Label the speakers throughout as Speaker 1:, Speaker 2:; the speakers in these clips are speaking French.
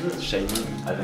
Speaker 1: Shining avec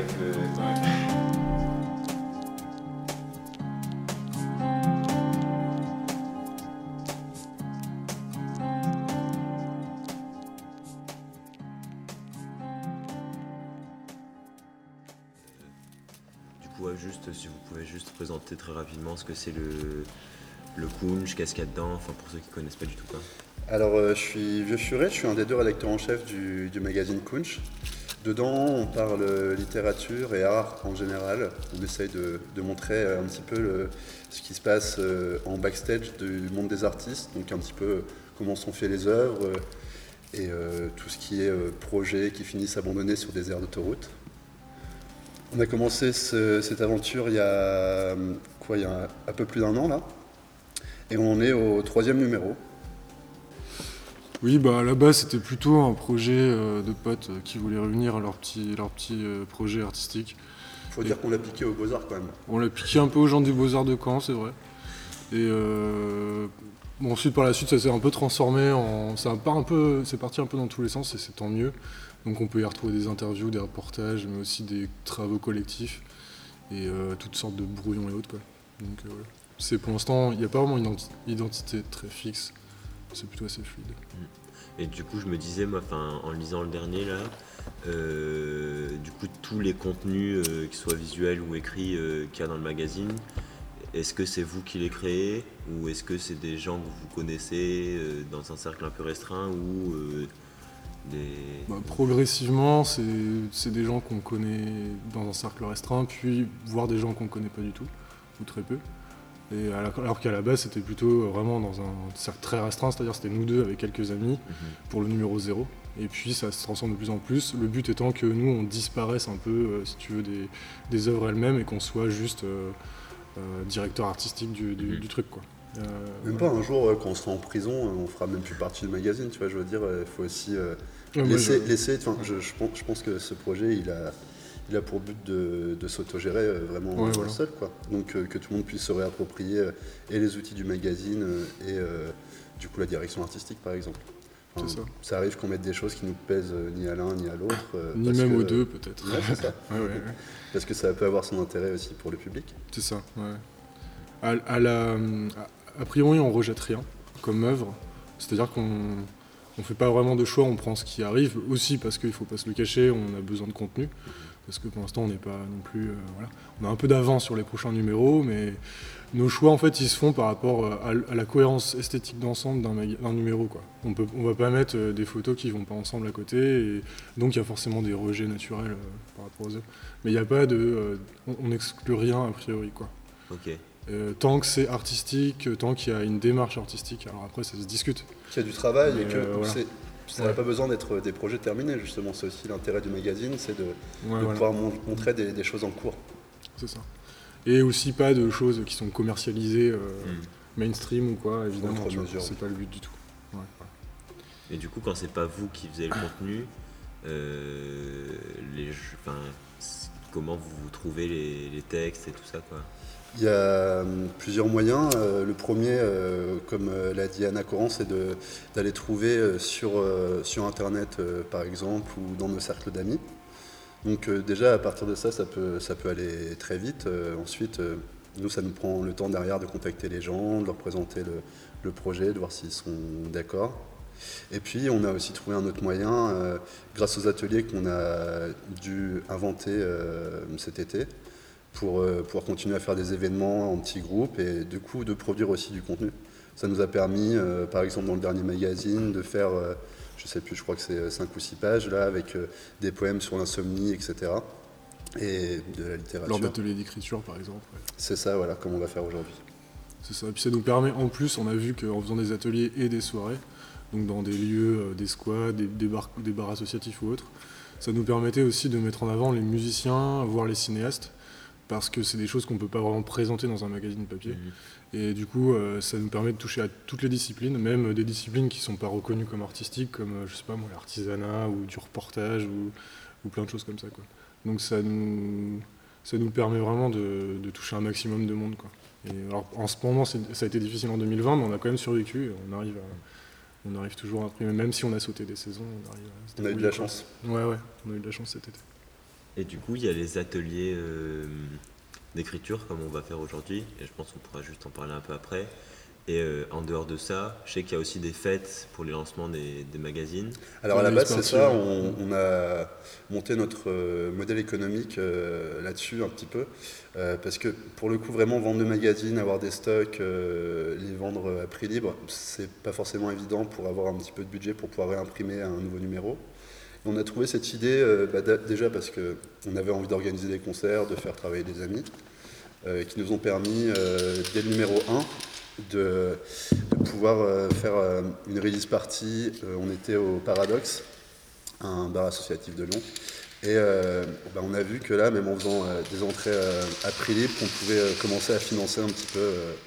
Speaker 1: Du coup, juste si vous pouvez juste présenter très rapidement ce que c'est le Kunch, qu'est-ce qu'il y a dedans, enfin pour ceux qui connaissent pas du tout quoi.
Speaker 2: Alors, je suis Vieux Furet, je suis un des 2 rédacteurs en chef du magazine Kunch. Dedans, on parle littérature et art en général. On essaye de montrer un petit peu ce qui se passe en backstage du monde des artistes, donc un petit peu comment sont faites les œuvres et tout ce qui est projets qui finissent abandonnés sur des aires d'autoroute. On a commencé cette aventure il y a un peu plus d'1 an là, et on est au 3e numéro.
Speaker 3: Oui, à la base, c'était plutôt un projet de potes qui voulaient réunir leur petit projet artistique.
Speaker 2: Faut dire qu'on l'a piqué aux Beaux-Arts quand même.
Speaker 3: On l'a piqué un peu aux gens des Beaux-Arts de Caen, c'est vrai. Et ensuite, par la suite, ça s'est un peu transformé c'est parti un peu dans tous les sens et c'est tant mieux. Donc on peut y retrouver des interviews, des reportages, mais aussi des travaux collectifs et toutes sortes de brouillons et autres, quoi. Donc voilà. C'est pour l'instant, il n'y a pas vraiment une identité très fixe. C'est plutôt assez fluide.
Speaker 1: Et du coup, je me disais, moi, en lisant le dernier là, du coup, tous les contenus, qu'ils soient visuels ou écrits, qu'il y a dans le magazine, est-ce que c'est vous qui les créez ou est-ce que c'est des gens que vous connaissez dans un cercle un peu restreint ou
Speaker 3: progressivement, c'est des gens qu'on connaît dans un cercle restreint, puis voir des gens qu'on ne connaît pas du tout, ou très peu. Et alors qu'à la base, c'était plutôt vraiment dans un cercle très restreint, c'est-à-dire c'était nous 2 avec quelques amis pour le numéro 0. Et puis ça se transforme de plus en plus, le but étant que nous, on disparaisse un peu, si tu veux, des œuvres elles-mêmes et qu'on soit juste directeur artistique du truc, quoi.
Speaker 2: Même pas un jour, quand on sera en prison, on fera même plus partie du magazine, tu vois, je veux dire, il faut aussi laisser. Je pense que ce projet, il a pour but de s'autogérer vraiment seul, quoi. Donc que tout le monde puisse se réapproprier et les outils du magazine et du coup la direction artistique, par exemple.
Speaker 3: C'est ça.
Speaker 2: Ça arrive qu'on mette des choses qui nous pèsent ni à l'un ni à l'autre.
Speaker 3: Ni même aux deux, peut-être.
Speaker 2: Ouais, c'est ça.
Speaker 3: Ouais.
Speaker 2: Parce que ça peut avoir son intérêt aussi pour le public.
Speaker 3: C'est ça, ouais. A priori, on rejette rien comme œuvre. C'est-à-dire qu'on ne fait pas vraiment de choix, on prend ce qui arrive. Aussi parce qu'il ne faut pas se le cacher, on a besoin de contenu. Parce que pour l'instant, on n'est pas non plus... voilà. On a un peu d'avance sur les prochains numéros, mais nos choix, en fait, ils se font par rapport à la cohérence esthétique d'ensemble d'un numéro, quoi. On va pas mettre des photos qui vont pas ensemble à côté, et donc il y a forcément des rejets naturels par rapport aux œuvres. Mais il n'y a pas de... on n'exclut rien a priori, quoi.
Speaker 1: Ok.
Speaker 3: Tant que c'est artistique, tant qu'il y a une démarche artistique, alors après ça se discute.
Speaker 2: Qu'il y a du travail et que
Speaker 3: voilà.
Speaker 2: ça n'a pas besoin d'être des projets terminés, justement. C'est aussi l'intérêt du magazine, c'est de pouvoir montrer des choses en cours.
Speaker 3: C'est ça. Et aussi pas de choses qui sont commercialisées mainstream ou quoi, évidemment. C'est pas le but du tout. Ouais.
Speaker 1: Et du coup, quand c'est pas vous qui faisiez le contenu, comment vous trouvez les textes et tout ça, quoi?
Speaker 2: Il y a plusieurs moyens. Le premier, comme l'a dit Anna Coran, c'est d'aller trouver sur Internet, par exemple, ou dans nos cercles d'amis. Donc déjà, à partir de ça peut aller très vite. Ensuite, nous, ça nous prend le temps derrière de contacter les gens, de leur présenter le projet, de voir s'ils sont d'accord. Et puis, on a aussi trouvé un autre moyen, grâce aux ateliers qu'on a dû inventer cet été, pour pouvoir continuer à faire des événements en petits groupes et du coup de produire aussi du contenu. Ça nous a permis, par exemple dans le dernier magazine, de faire, je sais plus, je crois que c'est 5 ou 6 pages, là, avec des poèmes sur l'insomnie, etc. Et de la littérature.
Speaker 3: Lors d'ateliers d'écriture, par exemple. Ouais.
Speaker 2: C'est ça, voilà, comme on va faire aujourd'hui.
Speaker 3: C'est ça. Et puis ça nous permet, en plus, on a vu qu'en faisant des ateliers et des soirées, donc dans des lieux, des squats, des bars associatifs ou autres, ça nous permettait aussi de mettre en avant les musiciens, voire les cinéastes, parce que c'est des choses qu'on ne peut pas vraiment présenter dans un magazine papier. Et du coup, ça nous permet de toucher à toutes les disciplines, même des disciplines qui ne sont pas reconnues comme artistiques, comme, je sais pas moi, l'artisanat ou du reportage ou plein de choses comme ça, quoi. Donc ça nous permet vraiment de toucher un maximum de monde, quoi. Et alors, en ce moment, ça a été difficile en 2020, mais on a quand même survécu et on arrive toujours à imprimer, même si on a sauté des saisons, on arrive à se débrouiller.
Speaker 2: On a eu de la chance.
Speaker 3: Ouais, on a eu de la chance cet été.
Speaker 1: Et du coup, il y a les ateliers d'écriture comme on va faire aujourd'hui, et je pense qu'on pourra juste en parler un peu après. Et en dehors de ça, je sais qu'il y a aussi des fêtes pour les lancements des magazines.
Speaker 2: Alors à la
Speaker 3: Oui,
Speaker 2: base,
Speaker 3: c'est
Speaker 2: c'est
Speaker 3: parti,
Speaker 2: ça,
Speaker 3: ouais.
Speaker 2: on a monté notre modèle économique là-dessus un petit peu, parce que pour le coup, vraiment vendre le magazine, avoir des stocks, les vendre à prix libre, c'est pas forcément évident pour avoir un petit peu de budget pour pouvoir réimprimer un nouveau numéro. Et on a trouvé cette idée déjà parce qu'on avait envie d'organiser des concerts, de faire travailler des amis, qui nous ont permis, dès le numéro 1, de pouvoir faire une release party. On était au Paradoxe, un bar associatif de Lyon. Et on a vu que là, même en faisant des entrées à prix libre, on pouvait commencer à financer un petit peu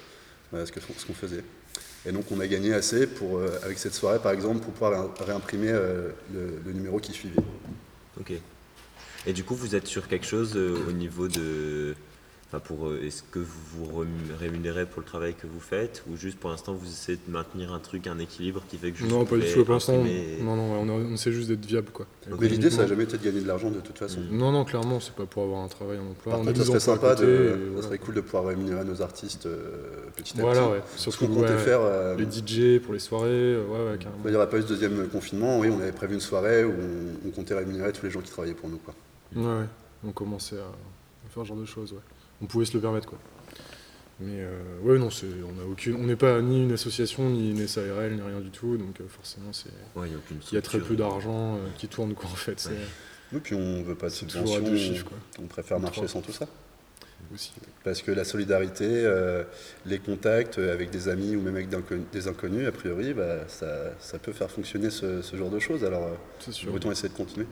Speaker 2: ce qu'on faisait. Et donc on a gagné assez pour, avec cette soirée par exemple, pour pouvoir réimprimer le numéro qui suivait.
Speaker 1: Ok. Et du coup, vous êtes sur quelque chose au niveau de... Enfin, est-ce que vous vous rémunérez pour le travail que vous faites ou juste pour l'instant vous essayez de maintenir un équilibre qui fait que juste
Speaker 3: Non,
Speaker 1: vous
Speaker 3: pas du
Speaker 1: pouvez
Speaker 3: tout. Pour l'instant,
Speaker 1: imprimer
Speaker 3: non, non, on essaie juste d'être viable, quoi.
Speaker 2: Mais l'idée, ça n'a
Speaker 3: Économiquement.
Speaker 2: jamais été de gagner de l'argent de toute façon.
Speaker 3: Non, non, clairement, c'est pas pour avoir un travail, un emploi.
Speaker 2: Par
Speaker 3: On a
Speaker 2: contre, ça
Speaker 3: des
Speaker 2: serait
Speaker 3: emplois à
Speaker 2: sympa,
Speaker 3: côté. Et
Speaker 2: ça
Speaker 3: voilà.
Speaker 2: serait cool de pouvoir rémunérer nos artistes petit à
Speaker 3: Voilà,
Speaker 2: petit.
Speaker 3: ouais.
Speaker 2: Ce
Speaker 3: Surtout
Speaker 2: qu'on comptait
Speaker 3: ouais,
Speaker 2: faire,
Speaker 3: les DJ pour les soirées, ouais, carrément.
Speaker 2: il n'y aura pas eu ce deuxième confinement, oui, on avait prévu une soirée où on comptait rémunérer tous les gens qui travaillaient pour nous, quoi.
Speaker 3: Ouais, ouais. On commençait à faire ce genre de choses, ouais. On pouvait se le permettre, quoi. Mais ouais, non, on n'est pas ni une association, ni une SARL, ni rien du tout, donc forcément,
Speaker 1: Ouais, il n'y a aucune
Speaker 3: il y a très
Speaker 1: structure.
Speaker 3: peu d'argent qui tourne, quoi, en fait.
Speaker 1: Ouais.
Speaker 2: Et puis on ne veut pas de
Speaker 3: C'est toujours à
Speaker 2: subvention,
Speaker 3: deux chiffres, quoi.
Speaker 2: on préfère
Speaker 3: Ou
Speaker 2: marcher
Speaker 3: trois.
Speaker 2: sans tout ça.
Speaker 3: Aussi.
Speaker 2: Parce que la solidarité, les contacts avec des amis ou même avec des inconnus, a priori, ça peut faire fonctionner ce genre de choses. Alors,
Speaker 3: C'est sûr.
Speaker 2: autant essayer de continuer.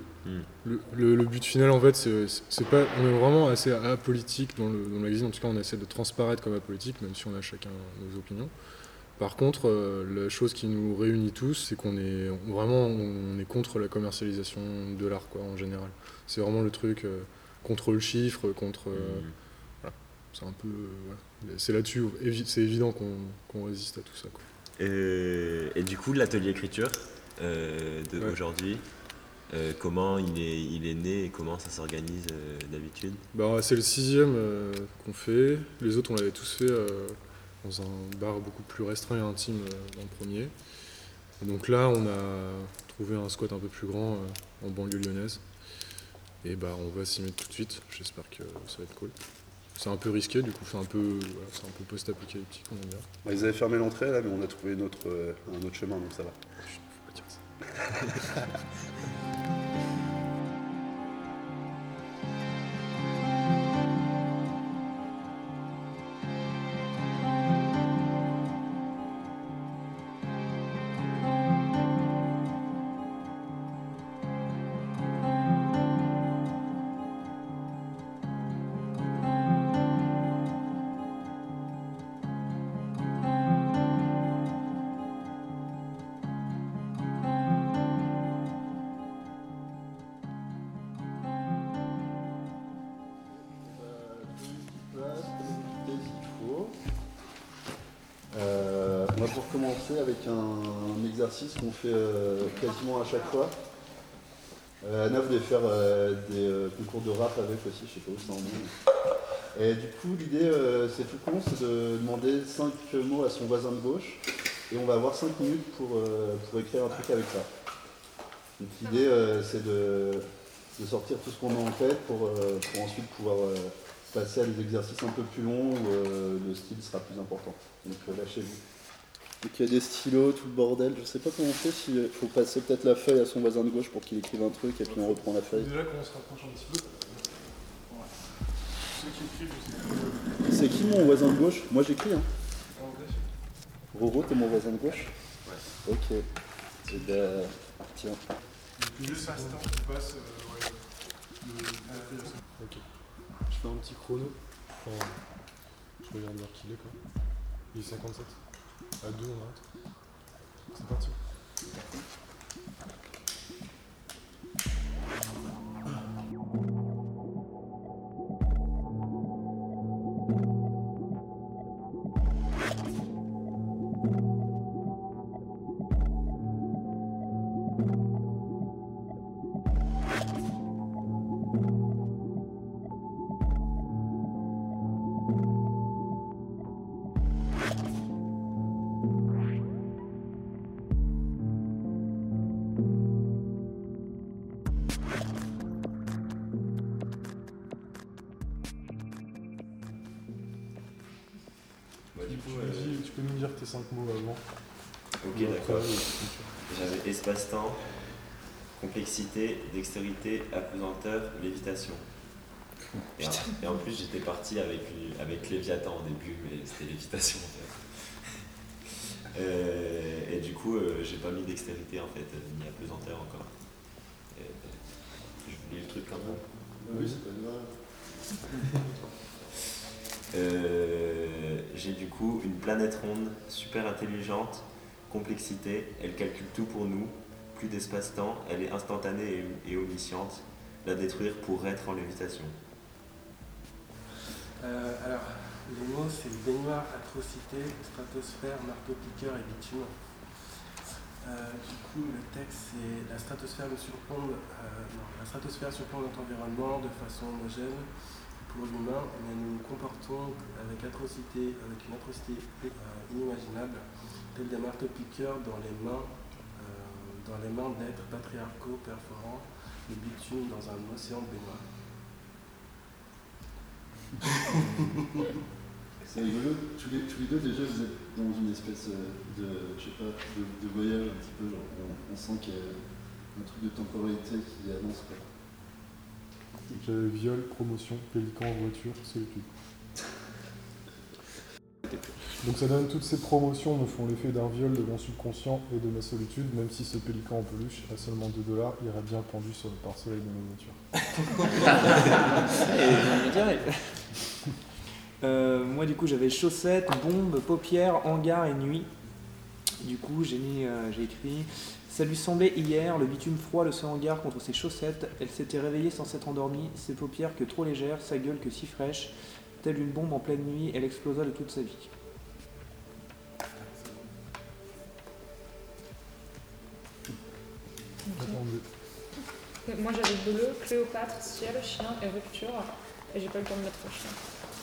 Speaker 3: Le but final, en fait, c'est pas. On est vraiment assez apolitique dans le magazine. En tout cas, on essaie de transparaître comme apolitique, même si on a chacun nos opinions. Par contre, la chose qui nous réunit tous, c'est on est contre la commercialisation de l'art, quoi, en général. C'est vraiment le truc contre le chiffre, contre. Voilà. C'est un peu. Voilà. C'est là-dessus, c'est évident qu'on résiste à tout ça, quoi.
Speaker 1: Et du coup, l'atelier écriture
Speaker 3: Ouais.
Speaker 1: aujourd'hui, comment il est né et comment ça s'organise d'habitude?
Speaker 3: Bah, c'est le 6e qu'on fait. Les autres, on l'avait tous fait dans un bar beaucoup plus restreint et intime dans le premier. Et donc là, on a trouvé un squat un peu plus grand en banlieue lyonnaise. Et bah, on va s'y mettre tout de suite. J'espère que ça va être cool. C'est un peu risqué, du coup, c'est un peu post-apocalyptique, on aime bien.
Speaker 2: Ils avaient fermé l'entrée là, mais on a trouvé un autre chemin, donc ça va.
Speaker 3: Faut pas dire ça.
Speaker 2: On va pour commencer avec un exercice qu'on fait quasiment à chaque fois. Anna voulait faire des concours de rap avec aussi, je sais pas où ça en est. Et du coup, l'idée, c'est tout con, c'est de demander 5 mots à son voisin de gauche. Et on va avoir 5 minutes pour écrire un truc avec ça. Donc l'idée, c'est de sortir tout ce qu'on a en tête pour ensuite pouvoir passer à des exercices un peu plus longs où le style sera plus important. Donc lâchez-vous. Donc il y a des stylos, tout le bordel. Je sais pas comment on fait, s'il faut passer peut-être la feuille à son voisin de gauche pour qu'il écrive un truc et puis on reprend la feuille.
Speaker 3: Déjà, quand on se rapproche un petit peu. Ceux qui écrivent,
Speaker 2: C'est qui mon voisin de gauche? Moi j'écris, hein.
Speaker 3: en anglais.
Speaker 2: Roro, t'es mon voisin de gauche?
Speaker 1: Ouais.
Speaker 2: Ok. Et ben, tiens.
Speaker 3: Depuis juste l'instant qui passe, Ok. Je fais un petit chrono. Enfin, je regarde l'heure qu'il est, quoi. Il est 57. À 2, on arrête. C'est parti.
Speaker 1: Du coup,
Speaker 3: Tu peux nous dire tes 5 mots avant.
Speaker 1: ok, d'accord. J'avais espace-temps, complexité, dextérité, apesanteur, lévitation. Et en plus, j'étais parti avec Léviathan au début, mais c'était lévitation en fait. Et du coup, j'ai pas mis dextérité en fait, ni apesanteur encore. Je vous lis le truc quand même.
Speaker 2: Oui, c'est pas grave.
Speaker 1: J'ai du coup une planète ronde, super intelligente, complexité, elle calcule tout pour nous, plus d'espace-temps, elle est instantanée et omnisciente, la détruire pour être en lévitation.
Speaker 4: Alors, les mots, c'est baignoire, atrocité, stratosphère, marteau-piqueur et bitume. Du coup, le texte, c'est la stratosphère surplombe notre environnement de façon homogène pour l'humain, mais nous nous comportons avec une atrocité inimaginable, telle des marteaux-piqueurs dans les mains d'êtres patriarcaux perforant le bitume dans un océan de baignoire.
Speaker 5: C'est rigolo, tous les deux déjà vous êtes dans une espèce de voyage un petit peu, genre on sent qu'il y a un truc de temporalité qui avance quoi.
Speaker 3: J'avais viol, promotion, pélican, voiture, solitude. Donc ça donne toutes ces promotions me font l'effet d'un viol de mon subconscient et de ma solitude, même si ce pélican en peluche à seulement $2 irait bien pendu sur le pare-soleil de ma voiture.
Speaker 6: Moi du coup j'avais chaussettes, bombes, paupières, hangar et nuit. Du coup j'ai écrit ça lui semblait hier, le bitume froid de ce hangar contre ses chaussettes. Elle s'était réveillée sans s'être endormie, ses paupières que trop légères, sa gueule que si fraîche. Telle une bombe en pleine nuit, elle explosa de toute sa vie.
Speaker 7: Moi j'avais bleu, Cléopâtre, ciel, chien et rupture. Et j'ai pas eu le temps de mettre le chien.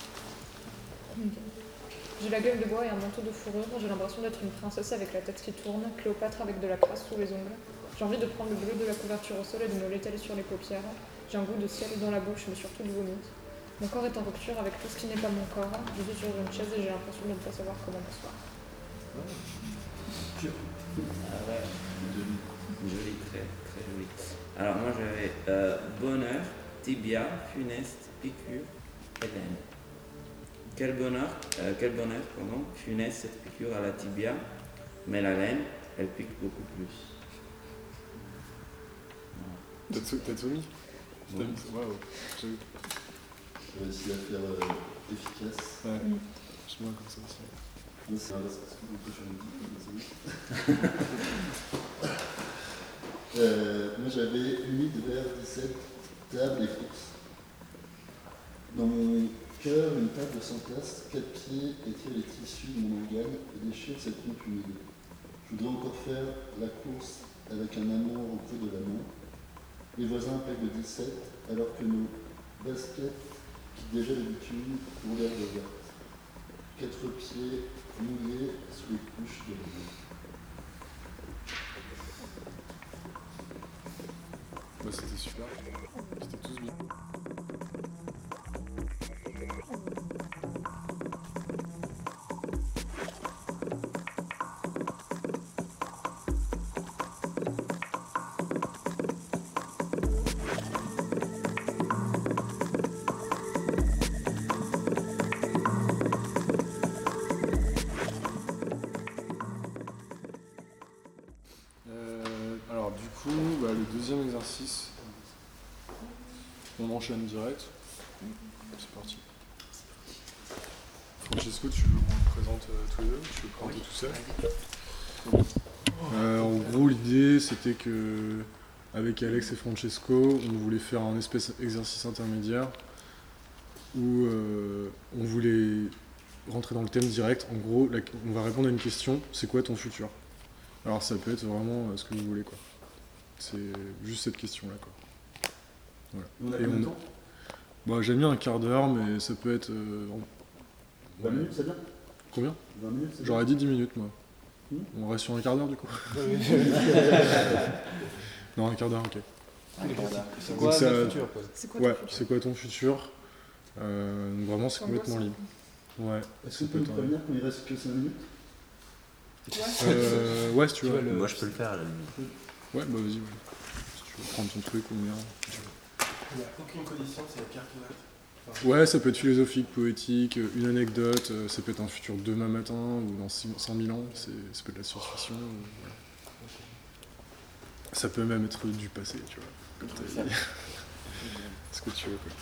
Speaker 7: J'ai la gueule de bois et un manteau de fourrure. J'ai l'impression d'être une princesse avec la tête qui tourne, Cléopâtre avec de la crasse sous les ongles. J'ai envie de prendre le bleu de la couverture au sol et de me l'étaler sur les paupières. J'ai un goût de ciel dans la bouche, mais surtout de vomi. Mon corps est en rupture avec tout ce qui n'est pas mon corps. Je suis sur une chaise et j'ai l'impression de ne pas savoir comment m'asseoir.
Speaker 8: Ah ouais, joli, très joli. Alors moi j'avais bonheur, tibia, funeste, piqûre, Hélène. Quel bonheur, funeste cette piqûre à la tibia, mais la laine, elle pique beaucoup plus.
Speaker 3: T'as tout mis?
Speaker 8: Ouais.
Speaker 3: Waouh.
Speaker 5: J'ai réussi à faire efficace.
Speaker 3: Ouais, je bien comme ça aussi.
Speaker 5: Moi c'est un parce que moi j'avais humide vers 17, table et course. Dans mon cœur, une table sans place, 4 pieds étire les tissus de mon organe et déchire cette nuque humide. Je voudrais encore faire la course avec un amour au creux de la main. Les voisins appellent de 17 alors que nos baskets quittent déjà le bitume pour l'air de verte. 4 pieds mouillés sous les couches de la vie.
Speaker 3: Bah, c'était super. C'était tous bien. Alors du coup, le deuxième exercice, on enchaîne direct. C'est parti. Francesco, tu veux qu'on le présente tous les deux? Tu veux le présenter tout seul? En gros, l'idée c'était que avec Alex et Francesco, on voulait faire un espèce d'exercice intermédiaire où on voulait rentrer dans le thème direct. En gros, on va répondre à une question, c'est quoi ton futur? Alors ça peut être vraiment ce que vous voulez quoi. C'est juste cette question là quoi. Voilà.
Speaker 5: On a combien de temps?
Speaker 3: J'aime bien un quart d'heure mais ça peut être...
Speaker 5: 20 minutes c'est bien?
Speaker 3: Combien?
Speaker 5: 20 minutes c'est bien?
Speaker 3: J'aurais dit 10 minutes moi. On reste sur un quart d'heure du coup. Non, un quart d'heure, ok.
Speaker 6: C'est quoi ton futur quoi?
Speaker 7: C'est quoi ton futur?
Speaker 3: C'est quoi ton futur? Donc vraiment c'est complètement libre. Ouais.
Speaker 5: Est-ce qu'on
Speaker 3: ça
Speaker 5: peut nous
Speaker 3: être un-
Speaker 5: prévenir quand il reste que 5 minutes?
Speaker 3: Ouais, si tu veux.
Speaker 1: Moi, je peux le faire à la limite.
Speaker 3: Ouais, bah vas-y, ouais. Si tu veux prendre ton truc ou bien.
Speaker 4: Il n'y a aucune condition, c'est la carte ouverte.
Speaker 3: Ouais, ça peut être philosophique, poétique, une anecdote, ça peut être un futur demain matin ou dans 100 000 ans, ça peut être de la science-fiction. Voilà. Ça peut même être du passé, tu vois. Comme t'as dit. Ce que tu veux, quoi.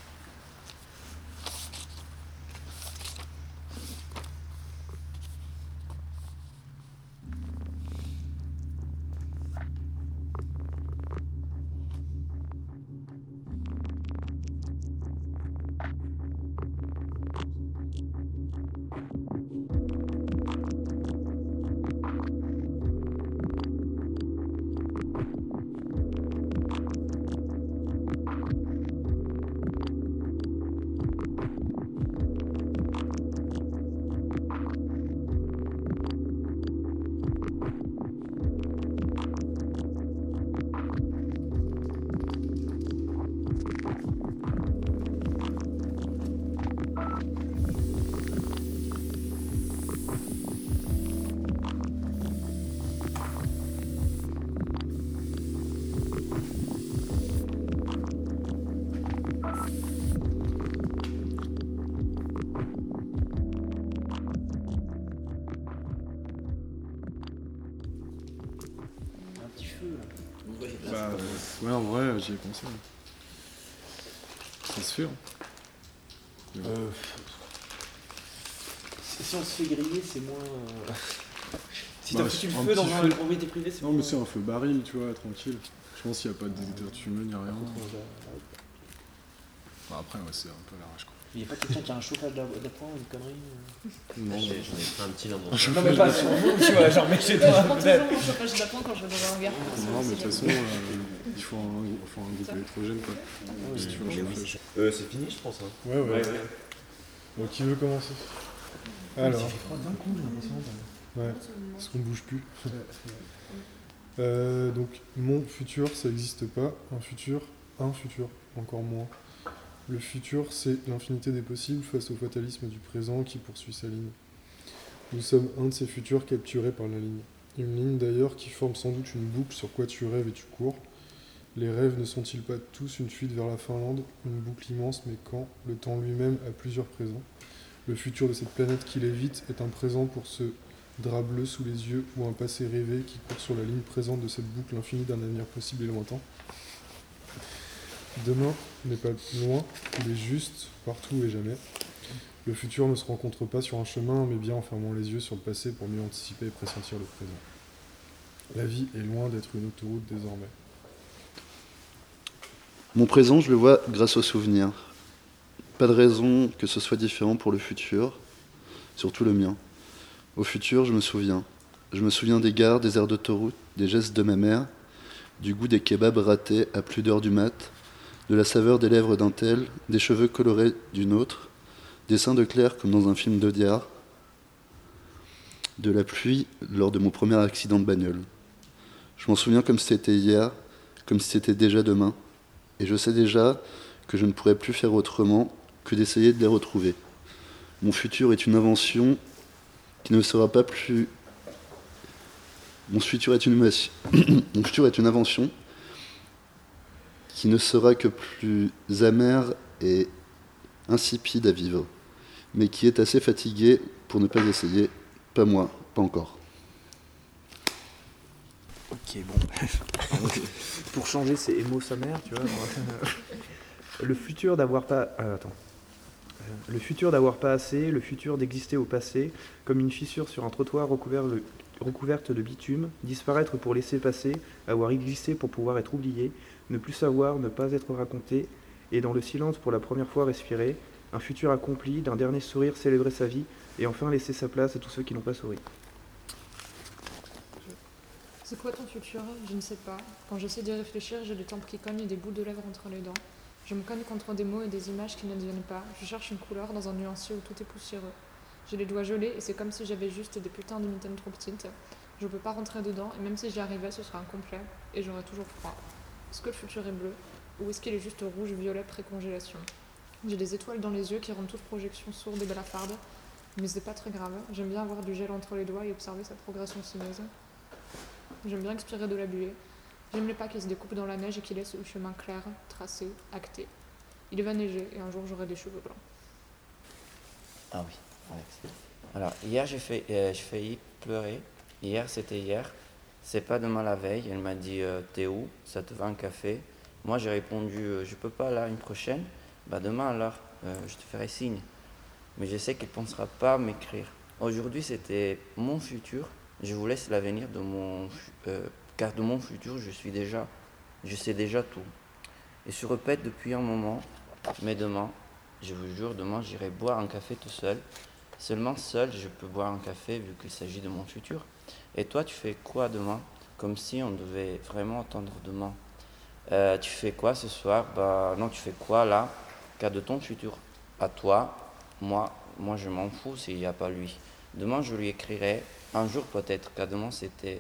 Speaker 6: Un petit feu là.
Speaker 3: Bah, ouais, en vrai, j'y ai pensé. Ça se fait, hein.
Speaker 6: Si on se fait griller, c'est moins. Si
Speaker 3: Bah,
Speaker 6: t'as foutu le
Speaker 3: un
Speaker 6: feu dans
Speaker 3: petit
Speaker 6: une
Speaker 3: feu.
Speaker 6: propriété privée, c'est
Speaker 3: Non, mais c'est un feu baril, tu vois, tranquille. Je pense qu'il n'y a pas de détecteur de fumée ni rien. Bah, après, ouais, c'est un peu à l'arrache, quoi.
Speaker 6: Il n'y a pas quelqu'un qui a un chauffage d'appoint ou une connerie
Speaker 3: Non,
Speaker 1: J'en ai fait un petit dans mon
Speaker 6: Non, mais pas sur vous, tu vois, genre, mais chez toi,
Speaker 7: Je prends toujours
Speaker 6: peut-être.
Speaker 7: mon chauffage d'appoint quand je vais dans un hangar.
Speaker 3: non, mais de toute façon, il faut un groupe électrogène, quoi. Si tu veux un chauffage.
Speaker 1: C'est fini, je pense. Hein.
Speaker 3: Ouais. Donc, qui veut commencer Alors,
Speaker 6: Ça fait froid d'un coup, j'ai l'impression.
Speaker 3: ouais, parce qu'on bouge plus. Donc, mon futur, ça n'existe pas. Un futur, encore moins. Le futur, c'est l'infinité des possibles face au fatalisme du présent qui poursuit sa ligne. Nous sommes un de ces futurs capturés par la ligne. Une ligne d'ailleurs qui forme sans doute une boucle sur quoi tu rêves et tu cours. Les rêves ne sont-ils pas tous une fuite vers la Finlande, une boucle immense, mais quand le temps lui-même a plusieurs présents? Le futur de cette planète qui l'évite est un présent pour ce drap bleu sous les yeux ou un passé rêvé qui court sur la ligne présente de cette boucle infinie d'un avenir possible et lointain. Demain n'est pas loin, il est juste, partout et jamais. Le futur ne se rencontre pas sur un chemin, mais bien en fermant les yeux sur le passé pour mieux anticiper et pressentir le présent. La vie est loin d'être une autoroute désormais.
Speaker 2: Mon présent, je le vois grâce aux souvenirs. Pas de raison que ce soit différent pour le futur, surtout le mien. Au futur, je me souviens. Je me souviens des gares, des aires d'autoroute, des gestes de ma mère, du goût des kebabs ratés à plus d'heures du mat, de la saveur des lèvres d'un tel, des cheveux colorés d'une autre, des seins de Claire comme dans un film d'Audiard, de la pluie lors de mon premier accident de bagnole. Je m'en souviens comme si c'était hier, comme si c'était déjà demain, et je sais déjà que je ne pourrais plus faire autrement que d'essayer de les retrouver. Mon futur est une invention qui ne sera pas plus... Mon futur est une invention qui ne sera que plus amère et insipide à vivre, mais qui est assez fatiguée pour ne pas essayer. Pas moi, pas encore.
Speaker 6: Ok, bon. Pour changer, c'est émo sa mère, tu vois. Le futur d'avoir pas. Attends. Le futur d'avoir pas assez, le futur d'exister au passé, comme une fissure sur un trottoir recouverte de bitume, disparaître pour laisser passer, avoir existé pour pouvoir être oublié, ne plus savoir, ne pas être raconté, et dans le silence pour la première fois respirer, un futur accompli, d'un dernier sourire célébrer sa vie, et enfin laisser sa place à tous ceux qui n'ont pas souri.
Speaker 7: C'est quoi ton futur? Je ne sais pas. Quand j'essaie d'y réfléchir, j'ai des tempes qui cognent et des bouts de lèvres entre les dents. Je me cogne contre des mots et des images qui ne deviennent pas. Je cherche une couleur dans un nuancier où tout est poussiéreux. J'ai les doigts gelés et c'est comme si j'avais juste des putains de mitaines trop petites. Je peux pas rentrer dedans et même si j'y arrivais, ce serait incomplet et j'aurais toujours froid. Est-ce que le futur est bleu? Ou est-ce qu'il est juste rouge-violet pré-congélation? J'ai des étoiles dans les yeux qui rendent toute projection sourde et blafarde. Mais c'est pas très grave. J'aime bien avoir du gel entre les doigts et observer sa progression sinueuse. J'aime bien expirer de la buée. J'aime les pas qui se découpent dans la neige et qui laissent le chemin clair, tracé, acté. Il va neiger et un jour j'aurai des cheveux blancs.
Speaker 8: Ah oui, Alex. Alors, hier, j'ai failli pleurer. Hier, c'était hier. C'est pas demain la veille. Elle m'a dit t'es où? Ça te va un café? Moi, j'ai répondu je peux pas là, une prochaine. Bah, demain alors, je te ferai signe. Mais je sais qu'elle pensera pas à m'écrire. Aujourd'hui, c'était mon futur. Je vous laisse l'avenir de car de mon futur, je sais déjà tout. Et je répète depuis un moment, mais demain, je vous jure, demain, j'irai boire un café tout seul. Seulement seul, je peux boire un café vu qu'il s'agit de mon futur. Et toi, tu fais quoi demain? Comme si on devait vraiment attendre demain. Tu fais quoi ce soir? Bah non, tu fais quoi là? Car de ton futur à toi, moi je m'en fous s'il n'y a pas lui. Demain, je lui écrirai un jour peut-être, car demain c'était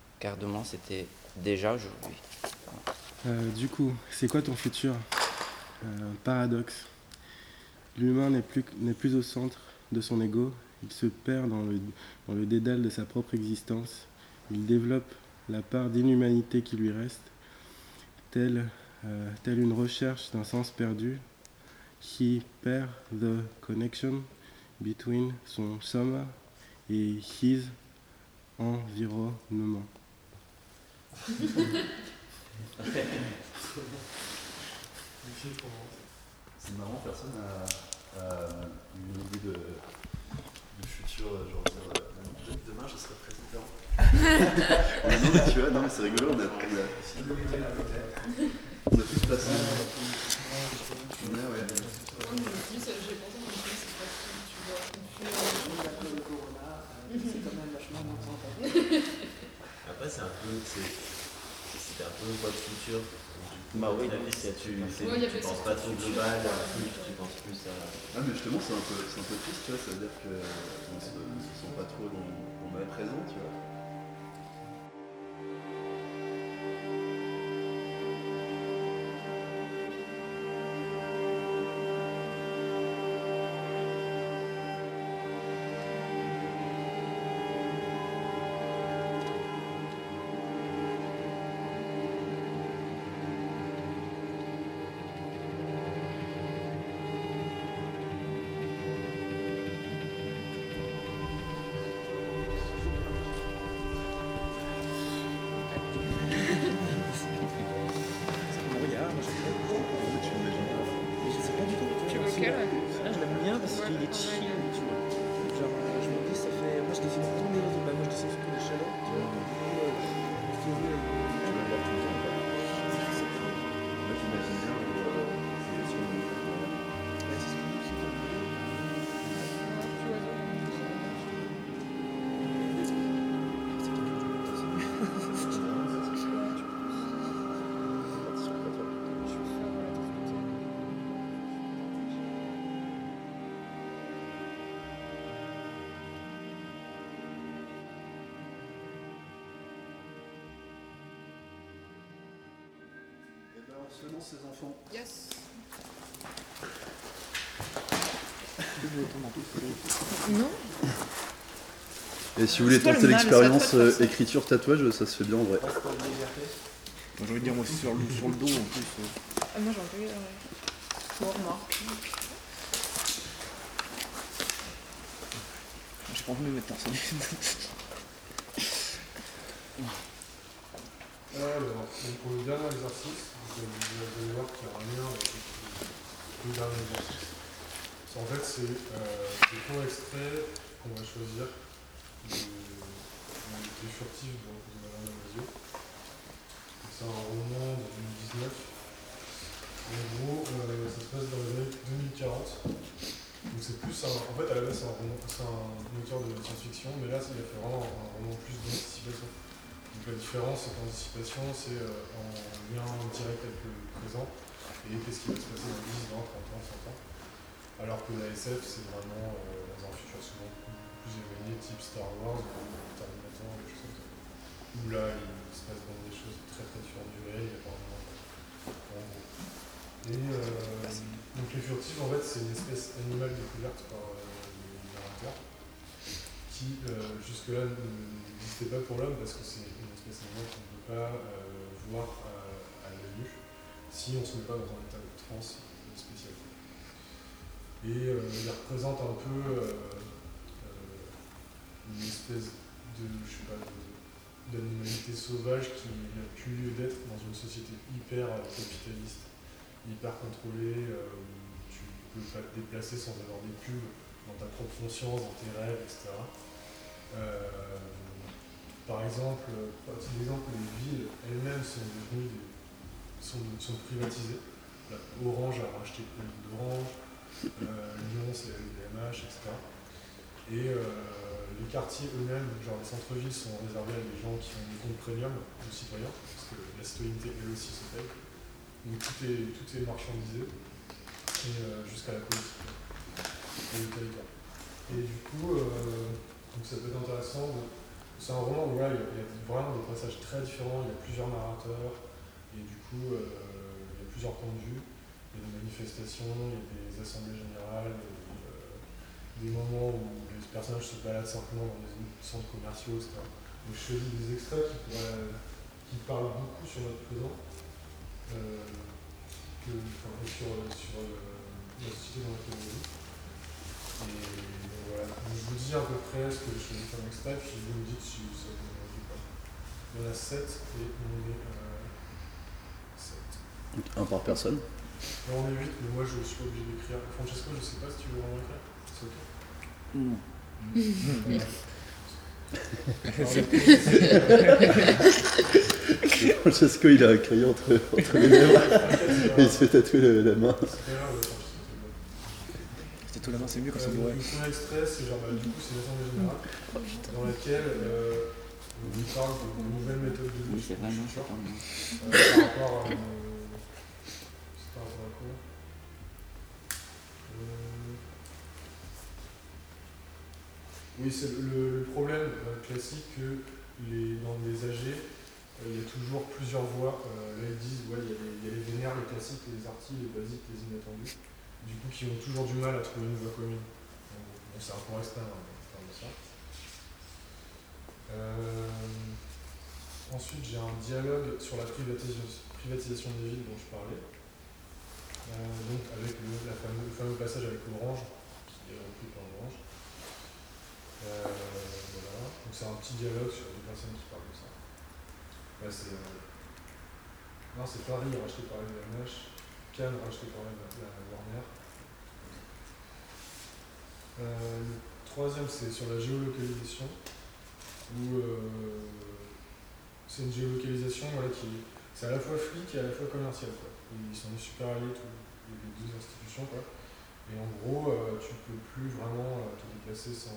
Speaker 8: déjà aujourd'hui.
Speaker 4: Du coup, c'est quoi ton futur? Paradoxe. L'humain n'est plus au centre de son ego. Il se perd dans le dédale de sa propre existence. Il développe la part d'inhumanité qui lui reste, telle une recherche d'un sens perdu. He perd the connection between son soma et his environnement.
Speaker 5: C'est marrant, personne n'a une idée du futur, genre dire demain je serai président. Non, mais tu vois, non mais c'est rigolo, on a tous passé. Ouais.
Speaker 1: Après, c'était un peu votre futur.
Speaker 8: Bah oui,
Speaker 1: tu penses pas trop global, tu penses plus à.
Speaker 5: Ah, mais justement, c'est un peu triste, tu vois, ça veut dire qu'on ne se sent pas trop dans le moment présent, tu vois. On se lance ses enfants.
Speaker 7: Yes. Non.
Speaker 2: Et si vous voulez tenter l'expérience écriture tatouage, ça se fait bien en vrai.
Speaker 6: J'ai envie de dire moi sur le dos en plus.
Speaker 7: Moi j'ai envie. Bon, remarque.
Speaker 6: J'ai pas envie de me mettre personne.
Speaker 3: Alors, pour le dernier exercice, vous allez voir qu'il y a un lien avec le dernier exercice. En fait, c'est des courts extraits qu'on va choisir des furtifs de Madame Lavazio. C'est un roman de 2019. En gros, ça se passe dans les années 2040. Donc c'est plus en fait, à la base, c'est un auteur de science-fiction, mais là, il a fait vraiment un roman plus d'anticipation. Donc la différence, c'est qu'anticipation, c'est en lien direct avec le présent, et qu'est-ce qui va se passer dans 10, 20, 30 ans, 100 ans. Alors que la SF, c'est vraiment dans un futur souvent plus éloigné, type Star Wars ou Terminator, des choses comme ça. Où là, il se passe dans des choses très très différentes du réel, il y a pas vraiment. En gros. Donc les furtifs, en fait, c'est une espèce animale découverte par les narrateurs qui, jusque-là, n'existait pas pour l'homme parce que c'est une espèce animale qu'on ne peut pas voir à l'œil nu si on ne se met pas dans un état de transe spécial. Et il représente un peu une espèce d'animalité sauvage qui n'a plus lieu d'être dans une société hyper capitaliste, hyper contrôlée, où tu ne peux pas te déplacer sans avoir des pubs dans ta propre conscience, dans tes rêves, etc. Par exemple, les villes elles-mêmes sont devenues sont privatisées. Là, Orange a racheté plein d'Orange, Lyon c'est la LVMH, etc. Et les quartiers eux-mêmes, genre les centres-villes, sont réservés à des gens qui ont des comptes premium aux citoyens, parce que la citoyenneté elle aussi se paye. Donc tout est marchandisé, jusqu'à la politique et le territoire. Et du coup, donc ça peut être intéressant. C'est un roman où il y a vraiment des passages très différents, il y a plusieurs narrateurs, et du coup, il y a plusieurs points de vue. Il y a des manifestations, il y a des assemblées générales, des moments où les personnages se baladent simplement dans des centres commerciaux, etc. Donc je choisis des extraits qui parlent beaucoup sur notre présent, et sur la société dans laquelle on vit. Et donc voilà, donc je vous dis à peu près ce que je choisis comme extrait, puis vous me dites si ça vous envie ou pas. Il y en a 7 et on est 7.
Speaker 9: Un par personne.
Speaker 3: Là on est 8, mais moi je suis pas obligé d'écrire. Francesco, je sais pas si tu veux vraiment écrire. C'est ok.
Speaker 9: Francesco, il a un crayon entre les lèvres et il se fait tatouer la main.
Speaker 6: C'était tout la main, c'est mieux quand c'est
Speaker 3: Le
Speaker 6: bourré.
Speaker 3: premier extrait, c'est genre, du coup, c'est l'Assemblée générale, dans laquelle on parle de nouvelles méthodes de lutte.
Speaker 8: Oui, c'est vrai, non, c'est pas moi.
Speaker 3: Par rapport à. C'est par rapport à quoi Oui, c'est le problème classique que dans les AG, il y a toujours plusieurs voix. Là, ils disent, ouais, il y a les vénères, les classiques, les artis, les basiques, les inattendus, du coup, qui ont toujours du mal à trouver une voix commune. Bon, c'est un point externe, on parle de ça. Ensuite, j'ai un dialogue sur la privatisation des villes dont je parlais. Donc, avec le fameux passage avec Orange, qui est repris par Orange. Voilà. Donc c'est un petit dialogue sur des personnes qui parlent de ça. Là, non, c'est Paris racheté par la LVMH, Cannes racheté par la Warner. Le troisième, c'est sur la géolocalisation, où c'est une géolocalisation c'est à la fois flic et à la fois commercial. Quoi. Ils sont super alliés, les deux institutions. Quoi. Et en gros, tu peux plus vraiment te déplacer sans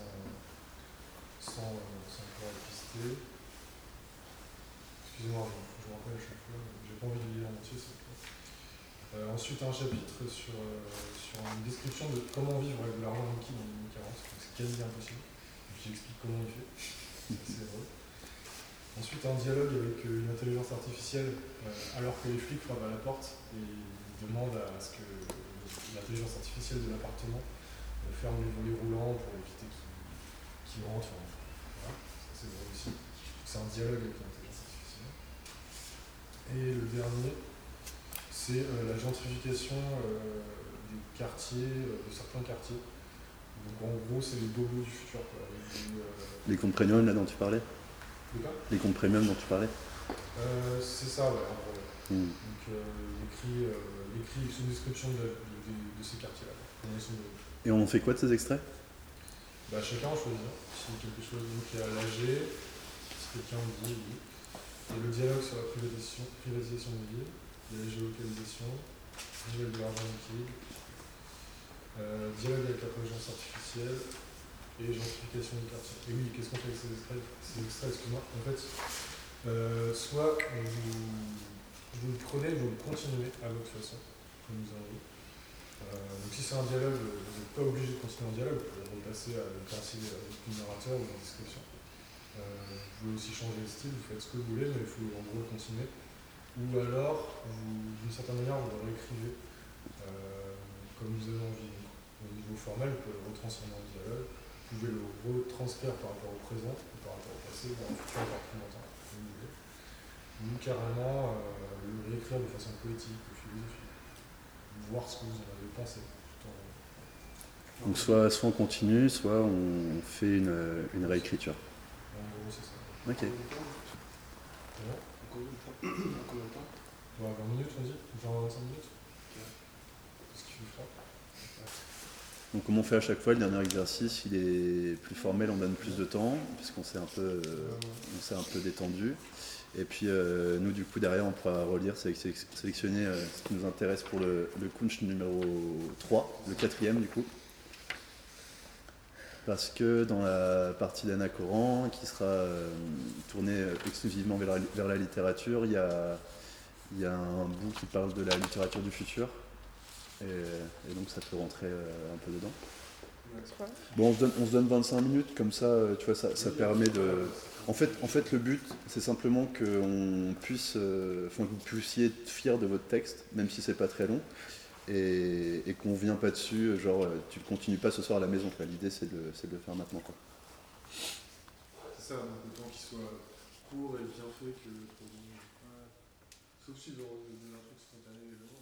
Speaker 3: pouvoir être pisté. Excusez-moi, je me rappelle à chaque fois, j'ai pas envie de lire en entier. Ensuite, un chapitre sur une description de comment vivre avec de l'argent liquide en 2040. C'est quasi impossible. J'explique comment il fait. C'est assez drôle. Ensuite, un dialogue avec une intelligence artificielle, alors que les flics frappent à la porte et demandent à ce que l'intelligence artificielle de l'appartement ferme les volets roulants pour éviter qu'ils rentrent. Voilà, ça c'est drôle aussi. C'est un dialogue avec l'intelligence artificielle. Et le dernier, c'est la gentrification des quartiers, de certains quartiers. Donc en gros, c'est les bobos du futur. Quoi,
Speaker 9: les comptes premium là dont tu parlais. Les comptes premium dont tu parlais.
Speaker 3: C'est ça, ouais, en gros. Donc il écrit une description de ces quartiers-là.
Speaker 9: Et on fait quoi de ces extraits?
Speaker 3: Chacun en choisit si quelque chose. Donc il y a l'AG, si quelqu'un me dit oui. Il y a le dialogue sur la privatisation des villes, il y a la géolocalisation, dialogue de l'argent liquide, dialogue avec l'intelligence artificielle et gentrification du quartier. Et oui, qu'est-ce qu'on fait avec ces extraits? Ces extraits, excuse-moi, en fait, soit vous le prenez, vous le continuez à votre façon, comme vous en avez. Donc si c'est un dialogue, vous n'êtes pas obligé de continuer un dialogue, vous pouvez repasser à le passer avec une narrateur ou une description. Vous pouvez aussi changer le style, vous faites ce que vous voulez, mais il faut en gros continuer. Ou alors, d'une certaine manière, vous le réécrivez comme vous avez envie. Au niveau formel, vous pouvez le retransformer en dialogue, vous pouvez le retranscrire par rapport au présent, ou par rapport au passé, voire au futur, voire plus longtemps, comme vous voulez. Ou carrément le réécrire de façon poétique ou philosophique. Voir ce que vous en avez pensé.
Speaker 9: Donc soit on continue, soit on fait une réécriture.
Speaker 3: En gros, c'est ça.
Speaker 9: Ok.
Speaker 3: Combien de temps 20 minutes, on dit 25 minutes. Qu'est-ce qu'il fera?
Speaker 9: Donc comme on fait à chaque fois, le dernier exercice, il est plus formel, on donne plus de temps, puisqu'on s'est un peu détendu. Et puis nous, du coup, derrière, on pourra relire, sélectionner ce qui nous intéresse pour le Kunst numéro 3, le 4e du coup. Parce que dans la partie d'Anna Coran, qui sera tournée exclusivement vers la littérature, il y a un bout qui parle de la littérature du futur. Et donc ça peut rentrer un peu dedans. Bon, on se donne 25 minutes, comme ça, tu vois, ça permet de... En fait, le but, c'est simplement qu'on puisse, que vous puissiez être fiers de votre texte, même si c'est pas très long, et qu'on vient pas dessus, genre, tu ne continues pas ce soir à la maison, quoi. L'idée, c'est de le faire maintenant, quoi.
Speaker 3: C'est ça, donc autant qu'il soit court et bien fait que trop long. Sauf si vous avez un truc spontané et long.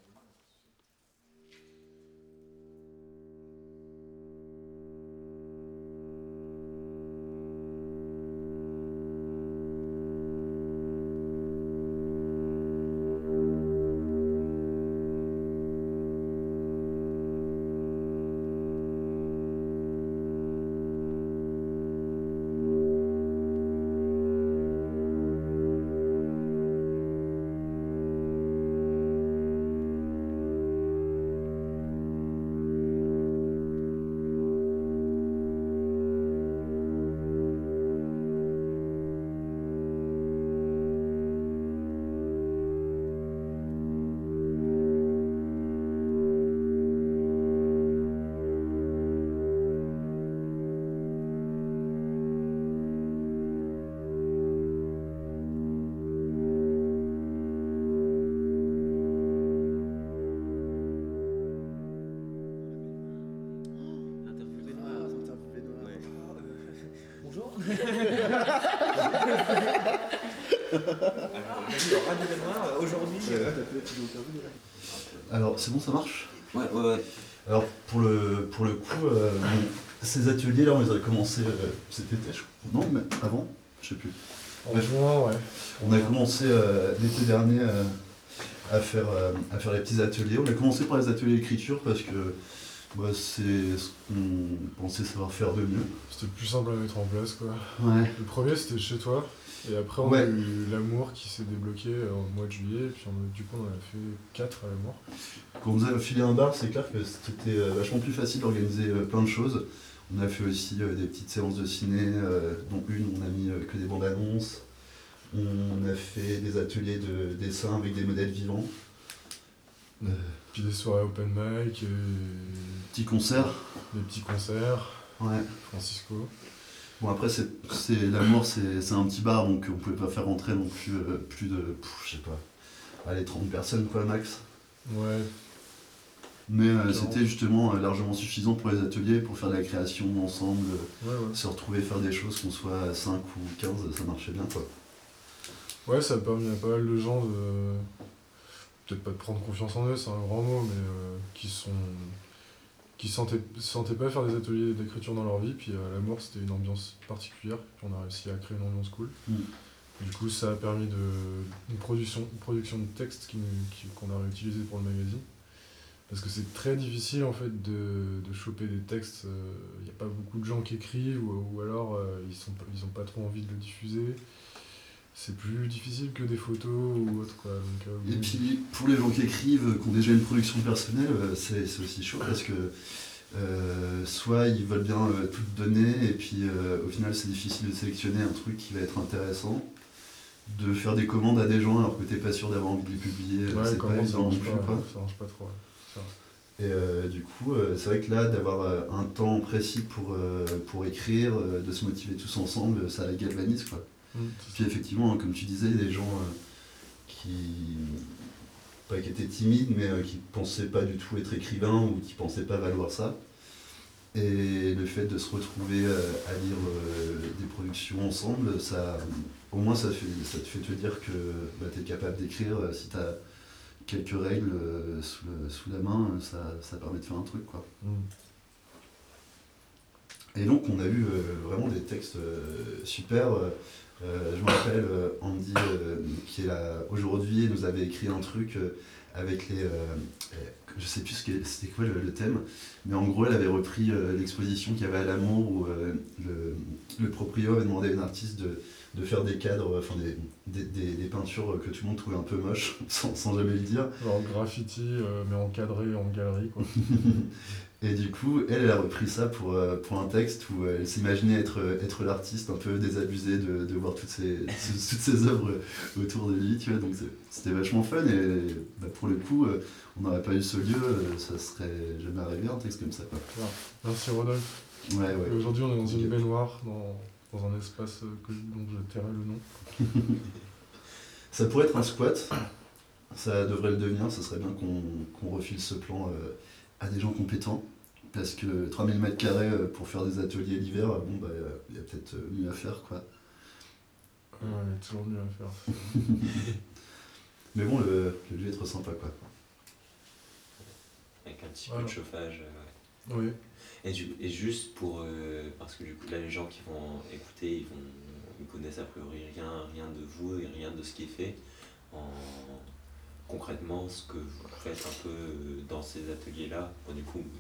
Speaker 6: Aujourd'hui.
Speaker 9: Alors, c'est bon, ça marche?
Speaker 8: Ouais.
Speaker 9: Alors, pour le coup, ces ateliers-là, on les a commencés cet été, je crois. Non, mais avant, je sais plus.
Speaker 3: En juin, ouais.
Speaker 9: On a commencé l'été dernier à faire les petits ateliers. On a commencé par les ateliers d'écriture parce que c'est ce qu'on pensait savoir faire de mieux.
Speaker 3: C'était le plus simple à mettre en place, quoi.
Speaker 9: Ouais.
Speaker 3: Le premier, c'était chez toi. Et après, on a eu l'amour qui s'est débloqué au mois de juillet. Et puis, du coup, on en a fait 4 à l'amour.
Speaker 9: Quand on nous a filé un bar, c'est clair que c'était vachement plus facile d'organiser plein de choses. On a fait aussi des petites séances de ciné, dont une où on a mis que des bandes annonces. On a fait des ateliers de dessin avec des modèles vivants.
Speaker 3: Puis des soirées open mic.
Speaker 9: Petits concerts.
Speaker 3: Des petits concerts.
Speaker 9: Ouais.
Speaker 3: Francisco.
Speaker 9: Bon, après, l'amour, c'est un petit bar, donc on pouvait pas faire rentrer non plus de, je sais pas, allez, 30 personnes, quoi, max.
Speaker 3: Ouais.
Speaker 9: Mais c'était justement largement suffisant pour les ateliers, pour faire de la création ensemble, se retrouver, faire des choses, qu'on soit 5 ou 15, ça marchait bien, quoi.
Speaker 3: Ouais, ça a permis à pas mal de gens de... Peut-être pas de prendre confiance en eux, c'est un grand mot, mais qui sentaient pas faire des ateliers d'écriture dans leur vie, puis à l'amour c'était une ambiance particulière, puis on a réussi à créer une ambiance cool. Du coup ça a permis une production de texte qu'on a réutilisé pour le magazine, parce que c'est très difficile en fait de choper des textes, il n'y a pas beaucoup de gens qui écrivent, ou alors ils ont pas trop envie de le diffuser. C'est plus difficile que des photos ou autre, quoi. Donc,
Speaker 9: et puis pour les gens qui écrivent, qui ont déjà une production personnelle, c'est aussi chaud parce que soit ils veulent bien tout donner et puis au final c'est difficile de sélectionner un truc qui va être intéressant, de faire des commandes à des gens alors que t'es pas sûr d'avoir envie de les publier, c'est pas évident non plus, quoi.
Speaker 3: Ça marche pas trop, ouais.
Speaker 9: Et du coup, c'est vrai que là, d'avoir un temps précis pour écrire, de se motiver tous ensemble, ça la galvanise, quoi. Puis effectivement, comme tu disais, des gens qui pas qui étaient timides, mais qui pensaient pas du tout être écrivains ou qui pensaient pas valoir ça. Et le fait de se retrouver à lire des productions ensemble, ça, au moins ça te fait te dire que tu es capable d'écrire si tu as quelques règles sous la main, ça permet de faire un truc, quoi. Et donc on a eu vraiment des textes super. Je me rappelle Andy qui est là aujourd'hui nous avait écrit un truc avec je sais plus c'était quoi le thème, mais en gros elle avait repris l'exposition qu'il y avait à l'Amour où le proprio avait demandé à une artiste de faire des cadres, enfin des peintures que tout le monde trouvait un peu moches, sans jamais le dire.
Speaker 3: Genre graffiti, mais encadré en galerie, quoi.
Speaker 9: Et du coup, elle a repris ça pour un texte où elle s'imaginait être l'artiste un peu désabusé de voir toutes ces œuvres autour de lui, tu vois. Donc c'était vachement fun et pour le coup, on n'aurait pas eu ce lieu, ça serait jamais arrivé un texte comme ça, quoi.
Speaker 3: Ouais. Merci Rodolphe.
Speaker 9: Ouais.
Speaker 3: Et aujourd'hui, on est dans une baignoire, dans un espace dont je tairai le nom.
Speaker 9: Ça pourrait être un squat, ça devrait le devenir, ça serait bien qu'on refile ce plan à des gens compétents, parce que 3000 m² pour faire des ateliers l'hiver, il y a peut-être mieux à faire, quoi.
Speaker 3: Ouais, il y a toujours mieux à faire.
Speaker 9: Mais bon, le lieu est trop sympa, quoi.
Speaker 1: Avec un petit peu de chauffage. Ouais.
Speaker 3: Oui.
Speaker 1: Et juste pour... parce que du coup, là, les gens qui vont écouter, ils connaissent a priori rien de vous et rien de ce qui est fait. Concrètement, ce que vous faites un peu dans ces ateliers-là, bon, du coup,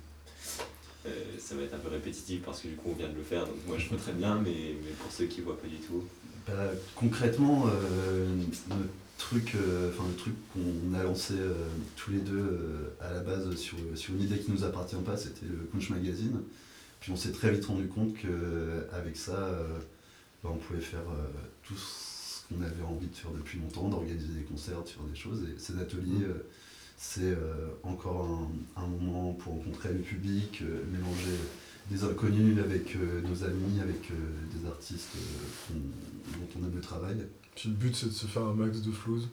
Speaker 1: ça va être un peu répétitif parce que du coup, on vient de le faire, donc moi, je vois très bien, mais pour ceux qui ne voient pas du tout.
Speaker 9: Concrètement, le truc qu'on a lancé tous les deux à la base sur une idée qui ne nous appartient pas, c'était le Punch Magazine. Puis on s'est très vite rendu compte qu'avec ça, on pouvait faire tout ce qu'on avait envie de faire depuis longtemps, d'organiser des concerts, de faire des choses. Et ces ateliers, c'est encore un moment pour rencontrer le public, mélanger des inconnus avec nos amis, avec des artistes dont on aime le travail.
Speaker 3: Puis le but, c'est de se faire un max de flouze.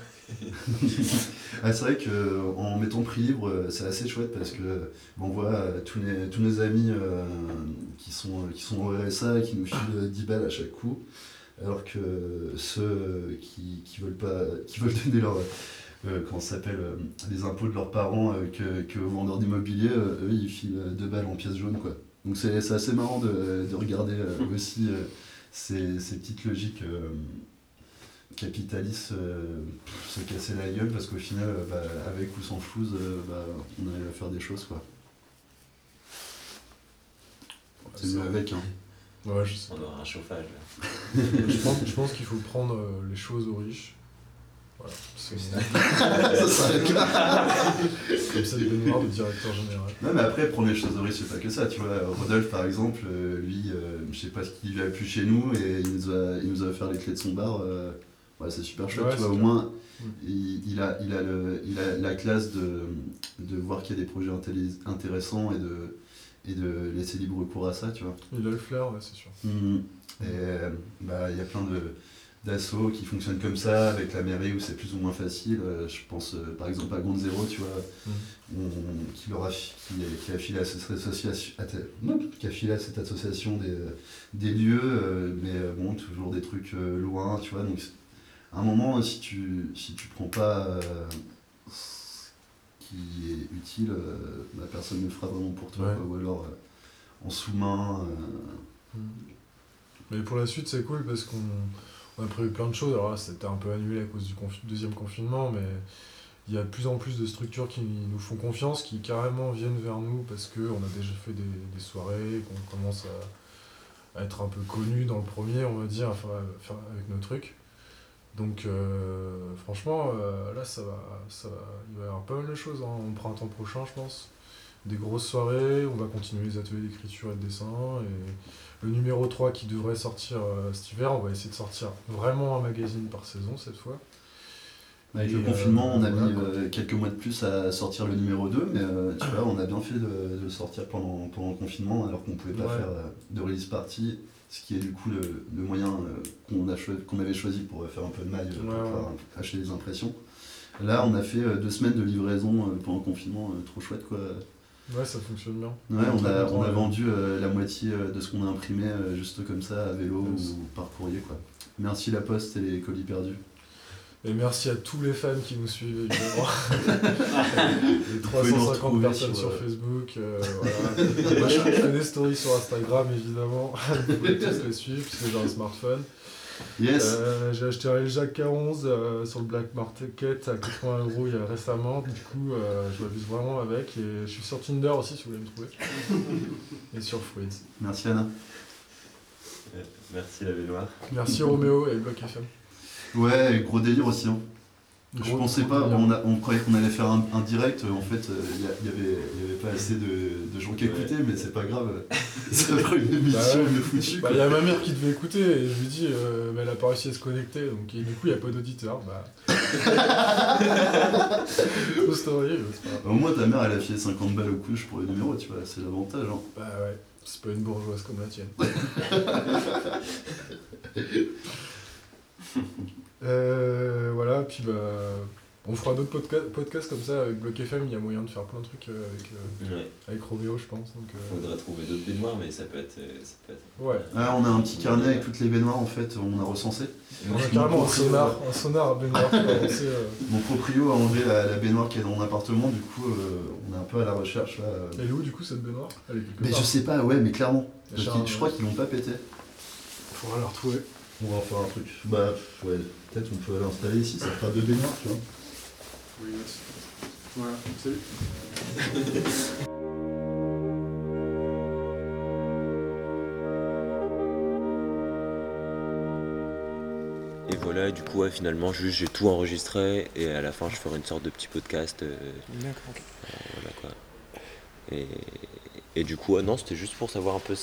Speaker 9: C'est vrai qu'en mettant prix libre, c'est assez chouette parce que on voit tous nos amis qui sont au RSA qui nous filent 10 balles à chaque coup, alors que ceux qui veulent donner leur comment ça s'appelle, les impôts de leurs parents que aux vendeurs d'immobilier, eux ils filent 2 balles en pièces jaunes, quoi. Donc c'est assez marrant de regarder aussi ces petites logiques capitalistes se casser la gueule parce qu'au final, avec ou sans flouze, on arrive à faire des choses, quoi. C'est mieux avec, hein.
Speaker 3: Ouais,
Speaker 1: on aura un chauffage là.
Speaker 3: je pense qu'il faut prendre les choses aux riches. Voilà, c'est comme ça, le noir de directeur général.
Speaker 9: Non, mais après, prendre les choses aux riches, c'est pas que ça. Tu vois, Rodolphe, par exemple, lui, je sais pas ce qu'il a pu chez nous et il nous a offert les clés de son bar. Ouais, c'est super chouette, tu vois, au moins, il a la classe de voir qu'il y a des projets intéressants et de laisser libre cours à ça, tu vois.
Speaker 3: Il a le flair, ouais, c'est sûr.
Speaker 9: Et il y a plein d'assos qui fonctionnent comme ça, avec la mairie où c'est plus ou moins facile. Je pense par exemple à Gond Zéro, tu vois, qui a affilé à cette association, cette association des lieux, mais bon, toujours des trucs loin, tu vois. Donc à un moment, si tu prends pas ce qui est utile, personne ne le fera vraiment pour toi, quoi. Ou alors en sous-main.
Speaker 3: Mais pour la suite, c'est cool parce qu'on a prévu plein de choses. Alors là, c'était un peu annulé à cause du deuxième confinement, mais il y a de plus en plus de structures qui nous font confiance, qui carrément viennent vers nous parce qu'on a déjà fait des soirées, qu'on commence à être un peu connus dans le premier, on va dire, enfin, avec nos trucs. Donc franchement, là, il va y avoir pas mal de choses au printemps prochain, je pense. Des grosses soirées, on va continuer les ateliers d'écriture et de dessin, et le numéro 3 qui devrait sortir cet hiver, on va essayer de sortir vraiment un magazine par saison cette fois.
Speaker 9: Avec le confinement, on a mis quelques mois de plus à sortir le numéro 2, mais tu vois, on a bien fait de le sortir pendant le confinement, alors qu'on pouvait pas faire de release party, ce qui est du coup le moyen qu'on avait choisi pour faire un peu de maille, pour pouvoir acheter des impressions. Là, on a fait 2 semaines de livraison pendant le confinement, trop chouette quoi.
Speaker 3: Ouais, ça fonctionne bien.
Speaker 9: Ouais, on a vendu la moitié de ce qu'on a imprimé juste comme ça à vélo ou par courrier quoi. Merci La Poste et les colis perdus.
Speaker 3: Et merci à tous les fans qui nous suivent, évidemment. Les
Speaker 9: Vous pouvez nous
Speaker 3: 350
Speaker 9: retrouver
Speaker 3: personnes sur Facebook. Voilà. Moi, je fais des stories sur Instagram, évidemment. Vous pouvez tous les suivre, parce que j'ai un smartphone.
Speaker 9: Yes.
Speaker 3: J'ai acheté un LG K11 sur le Black Market à 80 € récemment. Du coup, je m'abuse vraiment avec. Et je suis sur Tinder aussi, si vous voulez me trouver. Et sur Fruits.
Speaker 9: Merci Anna.
Speaker 1: Merci la baignoire.
Speaker 3: Merci Roméo et Bloc FM.
Speaker 9: Ouais, gros délire aussi. Hein. Je
Speaker 3: Gros
Speaker 9: pensais pas,
Speaker 3: délire.
Speaker 9: on croyait qu'on allait faire un direct, en fait il y avait pas assez de gens qui écoutaient, mais c'est pas grave, ça fera une émission de foutu.
Speaker 3: Il y a ma mère qui devait écouter et je lui dis mais elle a pas réussi à se connecter, donc et du coup il n'y a pas d'auditeur. True story, c'est pas grave.
Speaker 9: Au moins ta mère elle a filé 50 balles au couche pour le numéro, tu vois, c'est l'avantage. Hein.
Speaker 3: Bah ouais, c'est pas une bourgeoise comme la tienne. Voilà, puis on fera d'autres podcasts comme ça avec Bloc FM, il y a moyen de faire plein de trucs avec Roméo, je pense. Donc,
Speaker 1: Faudrait trouver d'autres baignoires, mais ça peut être.
Speaker 3: Ouais.
Speaker 9: Ah, on a un petit carnet avec toutes les baignoires en fait, on a recensé.
Speaker 3: On a carrément un sonar à baignoire.
Speaker 9: Mon proprio a enlevé la baignoire qui est dans mon appartement, du coup on est un peu à la recherche là.
Speaker 3: Elle est où du coup cette baignoire? Elle est quelque
Speaker 9: Mais
Speaker 3: part.
Speaker 9: je sais pas, ouais, mais clairement.
Speaker 3: Je
Speaker 9: crois qu'ils l'ont pas pété.
Speaker 3: Faudra la retrouver.
Speaker 9: On va en faire un truc. Bah ouais, peut-être on peut l'installer ici, ça fera 2 baignoires, tu vois.
Speaker 3: Oui, voilà, salut.
Speaker 1: Et voilà, du coup, ouais, finalement, juste j'ai tout enregistré et à la fin, je ferai une sorte de petit podcast.
Speaker 6: D'accord, ok.
Speaker 1: Voilà quoi. Et du coup, non, c'était juste pour savoir un peu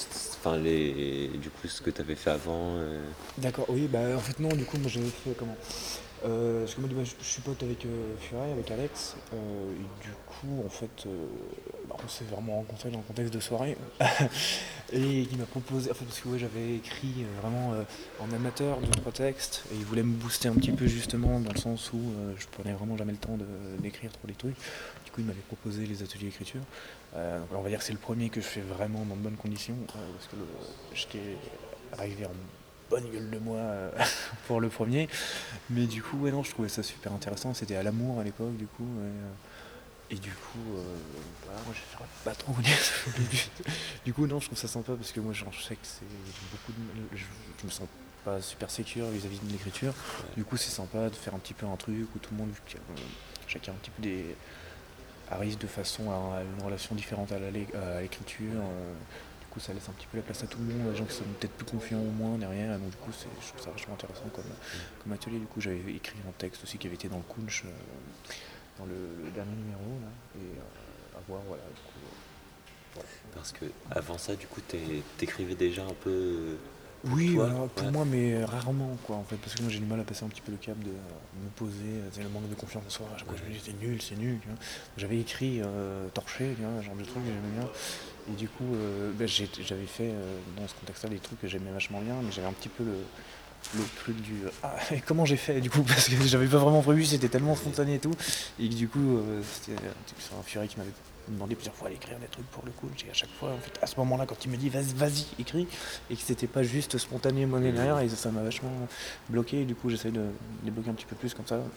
Speaker 1: du coup, ce que tu avais fait avant.
Speaker 6: D'accord, oui, bah en fait non, du coup moi j'avais fait comment parce que moi je suis pote avec Furet, avec Alex, et du coup en fait on s'est vraiment rencontrés dans le contexte de soirée et il m'a proposé, enfin parce que ouais, j'avais écrit vraiment en amateur 2-3 textes et il voulait me booster un petit peu justement dans le sens où je prenais vraiment jamais le temps d'écrire trop les trucs. Du coup il m'avait proposé les ateliers d'écriture. Donc on va dire que c'est le premier que je fais vraiment dans de bonnes conditions parce que j'étais arrivé en bonne gueule de moi pour le premier, mais du coup ouais non je trouvais ça super intéressant, c'était à l'amour à l'époque du coup et du coup voilà, moi je saurais pas trop vous dire du coup non je trouve ça sympa parce que moi je sais que c'est beaucoup de je me sens pas super sécure vis-à-vis de l'écriture, du coup c'est sympa de faire un petit peu un truc où tout le monde chacun un petit peu arrive de façon à une relation différente à l'écriture. Du coup, ça laisse un petit peu la place à tout le monde, les gens qui sont peut-être plus confiants ou moins derrière. Donc, du coup, je trouve ça vachement intéressant comme atelier. Du coup, j'avais écrit un texte aussi qui avait été dans le Kunch, dans le dernier numéro. Là, et à voir, voilà. Du coup, voilà.
Speaker 1: Parce que avant ça, du coup, t'écrivais déjà un peu.
Speaker 6: Oui,
Speaker 1: toi,
Speaker 6: alors, pour moi, mais rarement, quoi, en fait, parce que moi j'ai du mal à passer un petit peu le cap de me poser, c'est le manque de confiance en soi, à chaque fois je me dis c'est nul, tu vois. J'avais écrit Torché, tu vois, genre de trucs que j'aimais bien, et du coup, j'avais fait dans ce contexte-là des trucs que j'aimais vachement bien, mais j'avais un petit peu le truc du et comment j'ai fait du coup, parce que j'avais pas vraiment prévu, c'était tellement spontané et tout, et que du coup, c'était un Furet qui m'avait demandé plusieurs fois d'écrire des trucs pour le coup, et à chaque fois en fait à ce moment-là quand il me dit vas-y écris, et que c'était pas juste spontané moi derrière, et ça m'a vachement bloqué, et du coup j'essaie de débloquer un petit peu plus comme ça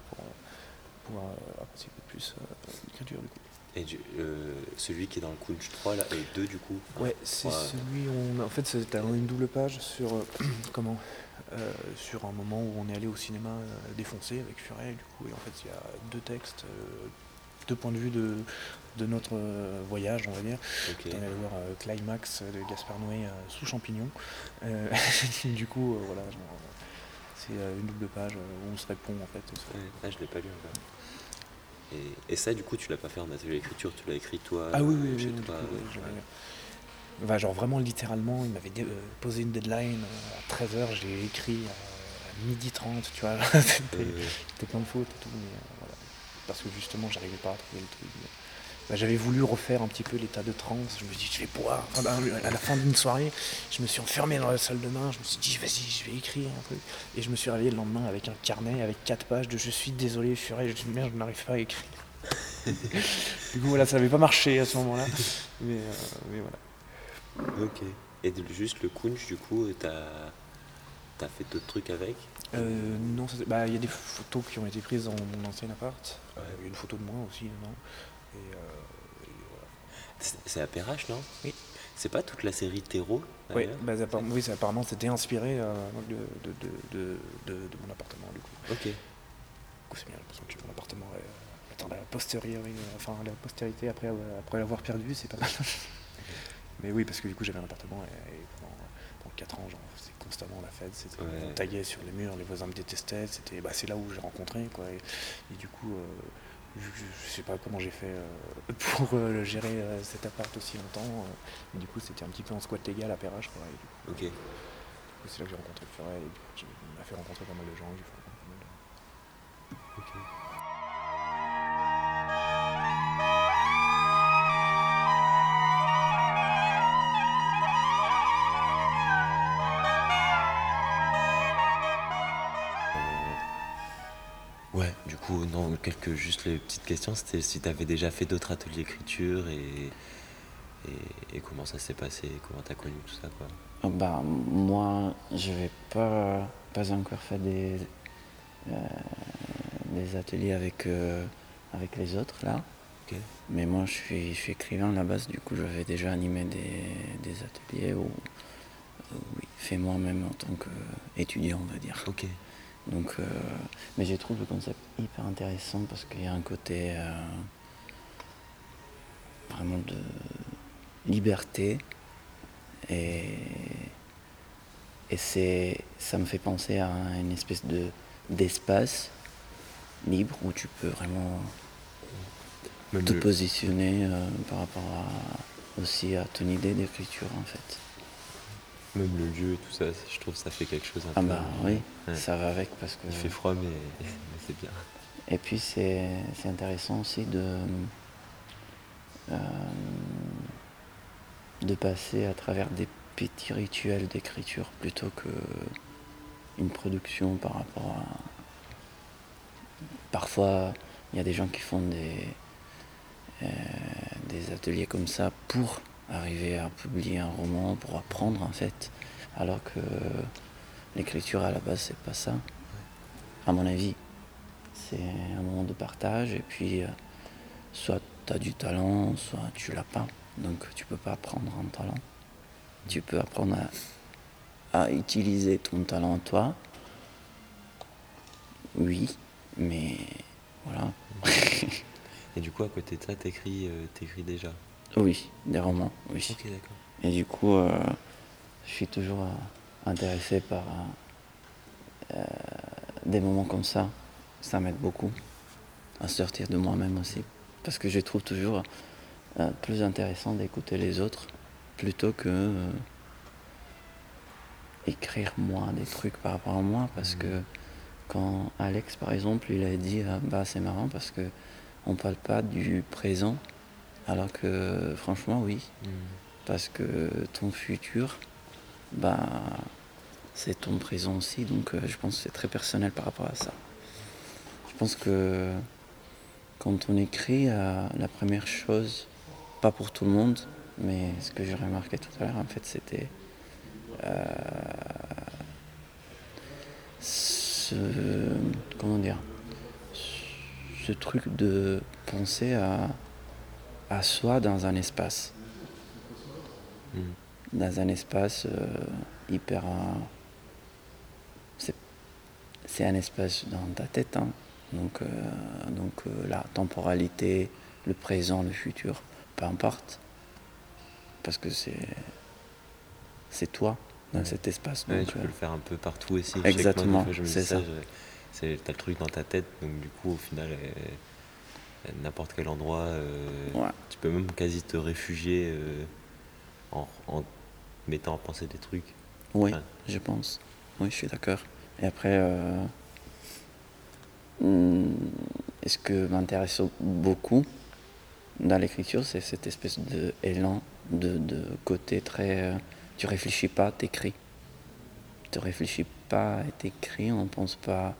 Speaker 6: pour apprécier un peu plus l'écriture du coup.
Speaker 1: Et celui qui est dans le Kunch 3 là, et 2 du coup.
Speaker 6: Ouais, c'est celui où en fait c'était une double page sur sur un moment où on est allé au cinéma défoncé avec Furet, du coup, et en fait il y a 2 textes, 2 points de vue de notre voyage, on va dire.
Speaker 1: Okay.
Speaker 6: On est allé voir Climax de Gaspard Noé sous champignons. Du coup, voilà, c'est une double page où on se répond en fait.
Speaker 1: Je l'ai pas lu encore. Et ça, du coup, tu l'as pas fait en atelier d'écriture, tu l'as écrit toi chez toi.
Speaker 6: Enfin, genre vraiment littéralement, il m'avait posé une deadline à 13h, je l'ai écrit à 12h30, tu vois. C'était plein de fautes et tout, mais voilà. Parce que justement, j'arrivais pas à trouver le truc. j'avais voulu refaire un petit peu l'état de transe. Je me dis, je vais boire. Enfin, à la fin d'une soirée, je me suis enfermé dans la salle de bain. Je me suis dit, vas-y, je vais écrire un truc. Et je me suis réveillé le lendemain avec un carnet, avec 4 pages de je suis désolé, je dis merde, je n'arrive pas à écrire. Du coup, voilà, ça n'avait pas marché à ce moment-là. Mais voilà.
Speaker 1: Ok. Et juste le Kunch, du coup, t'as fait d'autres trucs avec?
Speaker 6: Non, il y a des photos qui ont été prises dans mon ancien appart. Il y a une photo de moi aussi dedans. Et voilà.
Speaker 1: C'est à Perrache, non?
Speaker 6: Oui.
Speaker 1: C'est pas toute la série Terreau?
Speaker 6: Oui, apparemment c'était inspiré de mon appartement du coup.
Speaker 1: Ok.
Speaker 6: Du coup c'est bien l'impression que mon appartement la postérité après l'avoir perdu, c'est pas mal. Mais oui, parce que du coup j'avais un appartement et pendant 4 ans, c'était constamment la fête, on taguait sur les murs, les voisins me détestaient, c'est là où j'ai rencontré quoi. Et du coup je sais pas comment j'ai fait pour gérer cet appart aussi longtemps. Mais du coup c'était un petit peu en squat légal à Perrache quoi. Et du coup, c'est là que j'ai rencontré Furet et il m'a fait rencontrer pas mal de gens. J'ai fait rencontrer pas mal de...
Speaker 1: Ok. Ouais, du coup, non, juste les petites questions, c'était si tu avais déjà fait d'autres ateliers d'écriture et comment ça s'est passé, comment tu as connu tout ça, quoi.
Speaker 10: Moi, je n'avais pas encore fait des ateliers avec les autres, là.
Speaker 1: Ok.
Speaker 10: Mais moi, je suis écrivain à la base, du coup, j'avais déjà animé des ateliers où fait moi-même en tant qu'étudiant, on va dire.
Speaker 1: Ok.
Speaker 10: Donc, mais j'ai trouvé le concept hyper intéressant parce qu'il y a un côté vraiment de liberté et ça me fait penser à une espèce d'espace libre où tu peux vraiment te positionner par rapport aussi à ton idée d'écriture en fait.
Speaker 1: Même le lieu et tout ça, je trouve que ça fait quelque chose un peu.
Speaker 10: Oui, ça va avec parce que...
Speaker 1: Il fait froid mais c'est bien.
Speaker 10: Et puis c'est intéressant aussi de passer à travers des petits rituels d'écriture plutôt qu'une production par rapport à... Parfois, il y a des gens qui font des ateliers comme ça pour arriver à publier un roman, pour apprendre en fait, alors que l'écriture à la base c'est pas ça, à mon avis. C'est un moment de partage et puis soit tu as du talent, soit tu l'as pas. Donc tu peux pas apprendre un talent. Tu peux apprendre à utiliser ton talent toi. Oui, mais voilà.
Speaker 1: Et du coup à côté de ça, t'écris déjà?
Speaker 10: Oui, des romans, oui.
Speaker 1: Ok, d'accord.
Speaker 10: Et du coup, je suis toujours intéressé par des moments comme ça. Ça m'aide beaucoup à sortir de moi-même aussi. Parce que je trouve toujours plus intéressant d'écouter les autres plutôt que écrire moi des trucs par rapport à moi. Parce que quand Alex, par exemple, il a dit c'est marrant parce que on parle pas du présent. Alors que franchement oui, parce que ton futur, c'est ton présent aussi, donc je pense que c'est très personnel par rapport à ça. Je pense que quand on écrit, la première chose, pas pour tout le monde, mais ce que j'ai remarqué tout à l'heure, en fait, c'était ce truc de penser à soi dans un espace. Dans un espace hyper... c'est un espace dans ta tête, hein. Donc la temporalité, le présent, le futur, peu importe. Parce que c'est toi dans cet espace.
Speaker 1: Ouais,
Speaker 10: donc,
Speaker 1: tu peux le faire un peu partout aussi.
Speaker 10: Exactement,
Speaker 1: Je
Speaker 10: c'est ça.
Speaker 1: T'as le truc dans ta tête, donc du coup au final... n'importe quel endroit, tu peux même quasi te réfugier en mettant en pensée des trucs.
Speaker 10: Oui, je pense. Oui, je suis d'accord. Et après, ce que m'intéresse beaucoup dans l'écriture, c'est cette espèce d'élan, de côté très... tu réfléchis pas, t'écris. Tu réfléchis pas et t'écris, on pense pas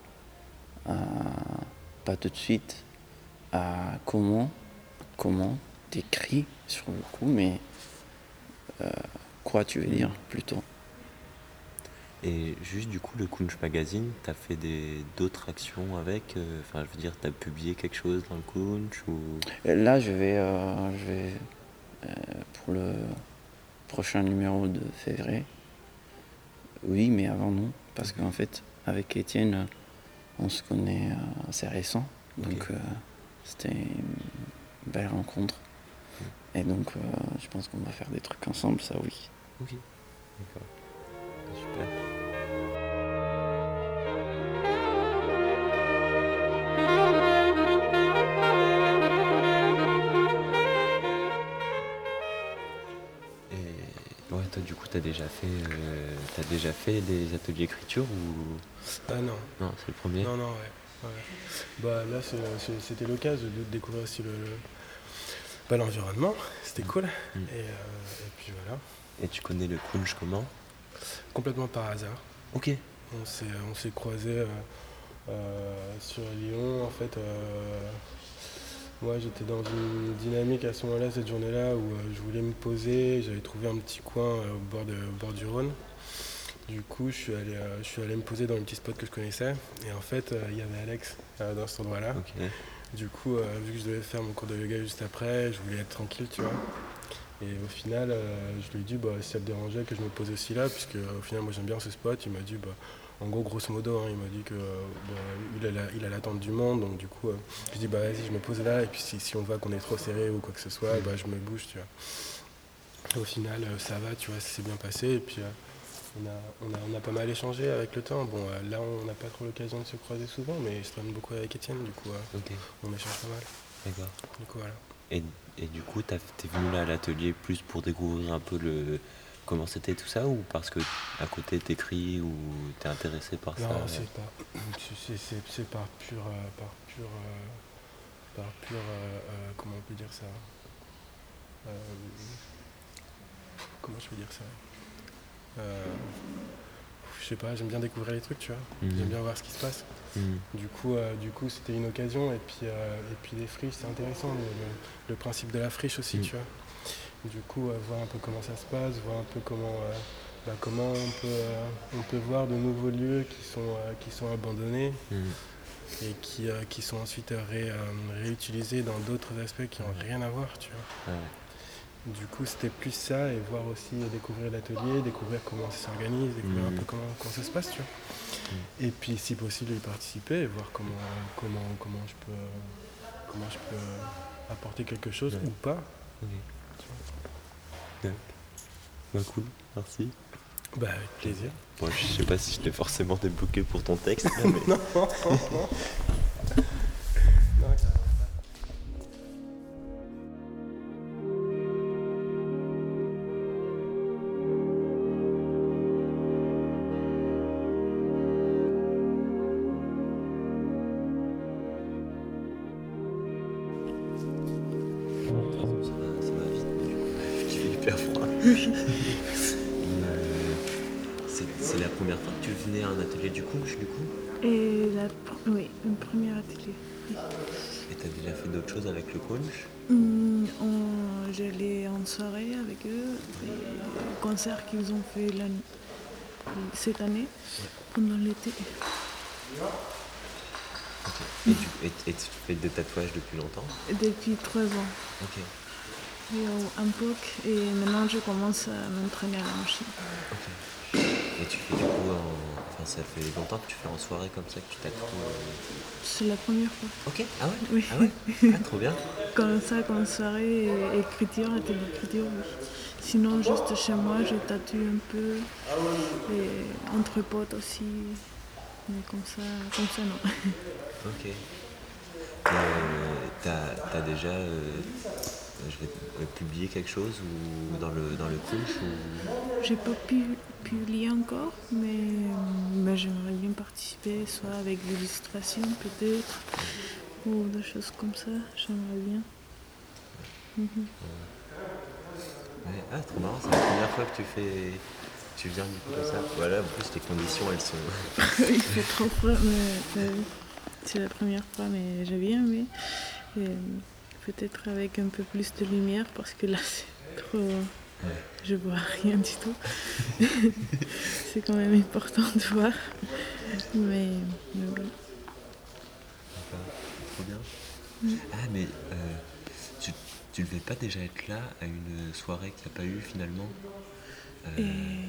Speaker 10: tout de suite à comment t'écris sur le coup, mais quoi tu veux dire plutôt.
Speaker 1: Et juste du coup, le Kunch Magazine, t'as fait d'autres actions avec enfin, je veux dire, t'as publié quelque chose dans le Kunch ou...
Speaker 10: Et là, je vais pour le prochain numéro de février. Oui, mais avant non, parce qu'en fait, avec Étienne, on se connaît assez récent, donc c'était une belle rencontre. Et donc, je pense qu'on va faire des trucs ensemble, ça oui.
Speaker 1: Ok, d'accord. Super. Et ouais, toi du coup t'as déjà fait des ateliers d'écriture ou...
Speaker 4: Ah non.
Speaker 1: Non, c'est le premier.
Speaker 4: Non, ouais. Bah là, c'était l'occasion de découvrir aussi l'environnement. C'était cool. Et puis voilà.
Speaker 1: Et tu connais le Kunch comment?
Speaker 4: Complètement par hasard.
Speaker 1: Ok.
Speaker 4: On s'est croisés sur Lyon. En fait, moi j'étais dans une dynamique à ce moment-là, cette journée-là, où je voulais me poser. J'avais trouvé un petit coin au bord du Rhône. Du coup, je suis allé me poser dans un petit spot que je connaissais. Et en fait, il y avait Alex dans cet endroit-là.
Speaker 1: Ok.
Speaker 4: Du coup, vu que je devais faire mon cours de yoga juste après, je voulais être tranquille, tu vois. Et au final, je lui ai dit si ça te dérangeait que je me pose aussi là, puisque au final, moi j'aime bien ce spot. Il m'a dit, en gros, grosso modo, il m'a dit que il a l'attente du monde. Donc du coup, je lui ai dit, vas-y, je me pose là. Et puis si on voit qu'on est trop serré ou quoi que ce soit, je me bouge, tu vois. Au final, ça va, tu vois, ça s'est bien passé. Et puis on a pas mal échangé avec le temps. Bon, là, on n'a pas trop l'occasion de se croiser souvent, mais je traîne beaucoup avec Étienne, du coup, on échange pas mal.
Speaker 1: D'accord.
Speaker 4: Du coup, voilà.
Speaker 1: Et du coup, t'es venu là à l'atelier plus pour découvrir un peu comment c'était tout ça, ou parce que à côté t'écris ou t'es intéressé par ça?
Speaker 4: Non, c'est par pur comment on peut dire ça? Comment je peux dire ça? Je sais pas, j'aime bien découvrir les trucs, tu vois. J'aime bien voir ce qui se passe. Du coup, c'était une occasion. Et puis les friches, c'est intéressant. Le principe de la friche aussi, tu vois. Du coup, voir un peu comment ça se passe, voir un peu comment on peut voir de nouveaux lieux qui sont abandonnés et qui sont ensuite réutilisés dans d'autres aspects qui n'ont rien à voir, tu vois. Du coup, c'était plus ça, et voir aussi, découvrir l'atelier, découvrir comment ça s'organise, découvrir un peu comment ça se passe, tu vois. Et puis, si possible, y participer et voir comment je peux apporter quelque chose ou pas.
Speaker 1: Cool, merci.
Speaker 4: Avec plaisir.
Speaker 1: Bon, je sais pas si je t'ai forcément débloqué pour ton texte, là, mais...
Speaker 4: Non.
Speaker 1: C'est la première fois que tu venais à un atelier du Kunch, du coup?
Speaker 11: Oui, un premier atelier. Oui.
Speaker 1: Et tu as déjà fait d'autres choses avec le Kunch?
Speaker 11: J'allais en soirée avec eux, des concerts qu'ils ont fait cette année, pendant l'été.
Speaker 1: Okay. Et tu fais des tatouages depuis longtemps?
Speaker 11: Depuis 3 ans.
Speaker 1: Ok.
Speaker 11: Un POC, et maintenant je commence à m'entraîner à la machine.
Speaker 1: Ok. Et tu fais du coup, ça fait longtemps que tu fais en soirée comme ça, que tu tatoues
Speaker 11: C'est la première fois.
Speaker 1: Ok, ah ouais?
Speaker 11: Oui.
Speaker 1: Ah ouais? Ah, trop bien.
Speaker 11: Comme ça, comme soirée, écriture, atelier d'écriture, oui. Sinon, juste chez moi, je tatoue un peu, et entre potes aussi, mais comme ça non.
Speaker 1: Ok. T'as déjà publié quelque chose ou dans le Kunch ou...
Speaker 11: J'ai pas pu publier encore, mais j'aimerais bien participer, soit avec des illustrations peut-être, ou des choses comme ça, j'aimerais bien. Mhm.
Speaker 1: Ouais. Ah, trop marrant, c'est la première fois que tu viens du coup comme ça. Voilà, en plus, tes conditions, elles sont...
Speaker 11: Il fait trop froid, mais c'est la première fois, mais j'ai bien aimé. Et peut-être avec un peu plus de lumière, parce que là, c'est trop... Je vois rien du tout. C'est quand même important de voir. Mais oui.
Speaker 1: D'accord, trop bien. Ah, mais tu ne devais pas déjà être là à une soirée qu'il n'y a pas eu finalement
Speaker 11: Et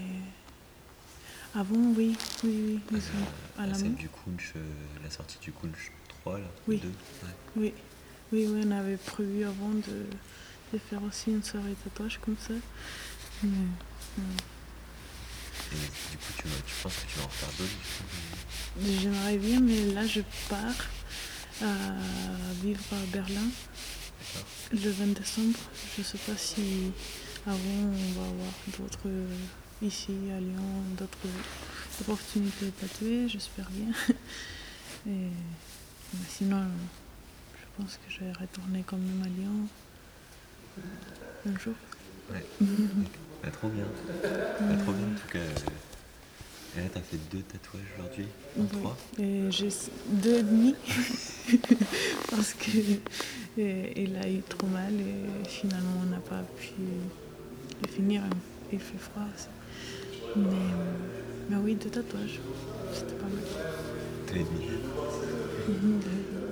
Speaker 11: avant, oui. À la
Speaker 1: celle
Speaker 11: main.
Speaker 1: du Kunch, la sortie du Kunch 3, là,
Speaker 11: Oui.
Speaker 1: 2. Ouais.
Speaker 11: Oui, on avait prévu avant de faire aussi une soirée tatouage comme ça. Mais,
Speaker 1: Et du coup, tu penses que tu vas en faire d'autres du coup,
Speaker 11: j'aimerais bien, mais là, je pars vivre à Berlin le 20 décembre. Je ne sais pas si avant on va avoir d'autres ici à Lyon, d'autres opportunités de tatouer, j'espère bien. Mais sinon, je pense que je vais retourner quand même à Lyon un jour.
Speaker 1: Ouais. Bah, trop bien. Trop bien en tout cas. Et là, t'as fait 2 tatouages aujourd'hui,
Speaker 11: Oui.
Speaker 1: 3.
Speaker 11: Et j'ai 2,5 parce que il a eu trop mal et finalement on n'a pas pu le finir. Il fait froid aussi. Mais oui, 2 tatouages. C'était pas mal.
Speaker 1: 2,5.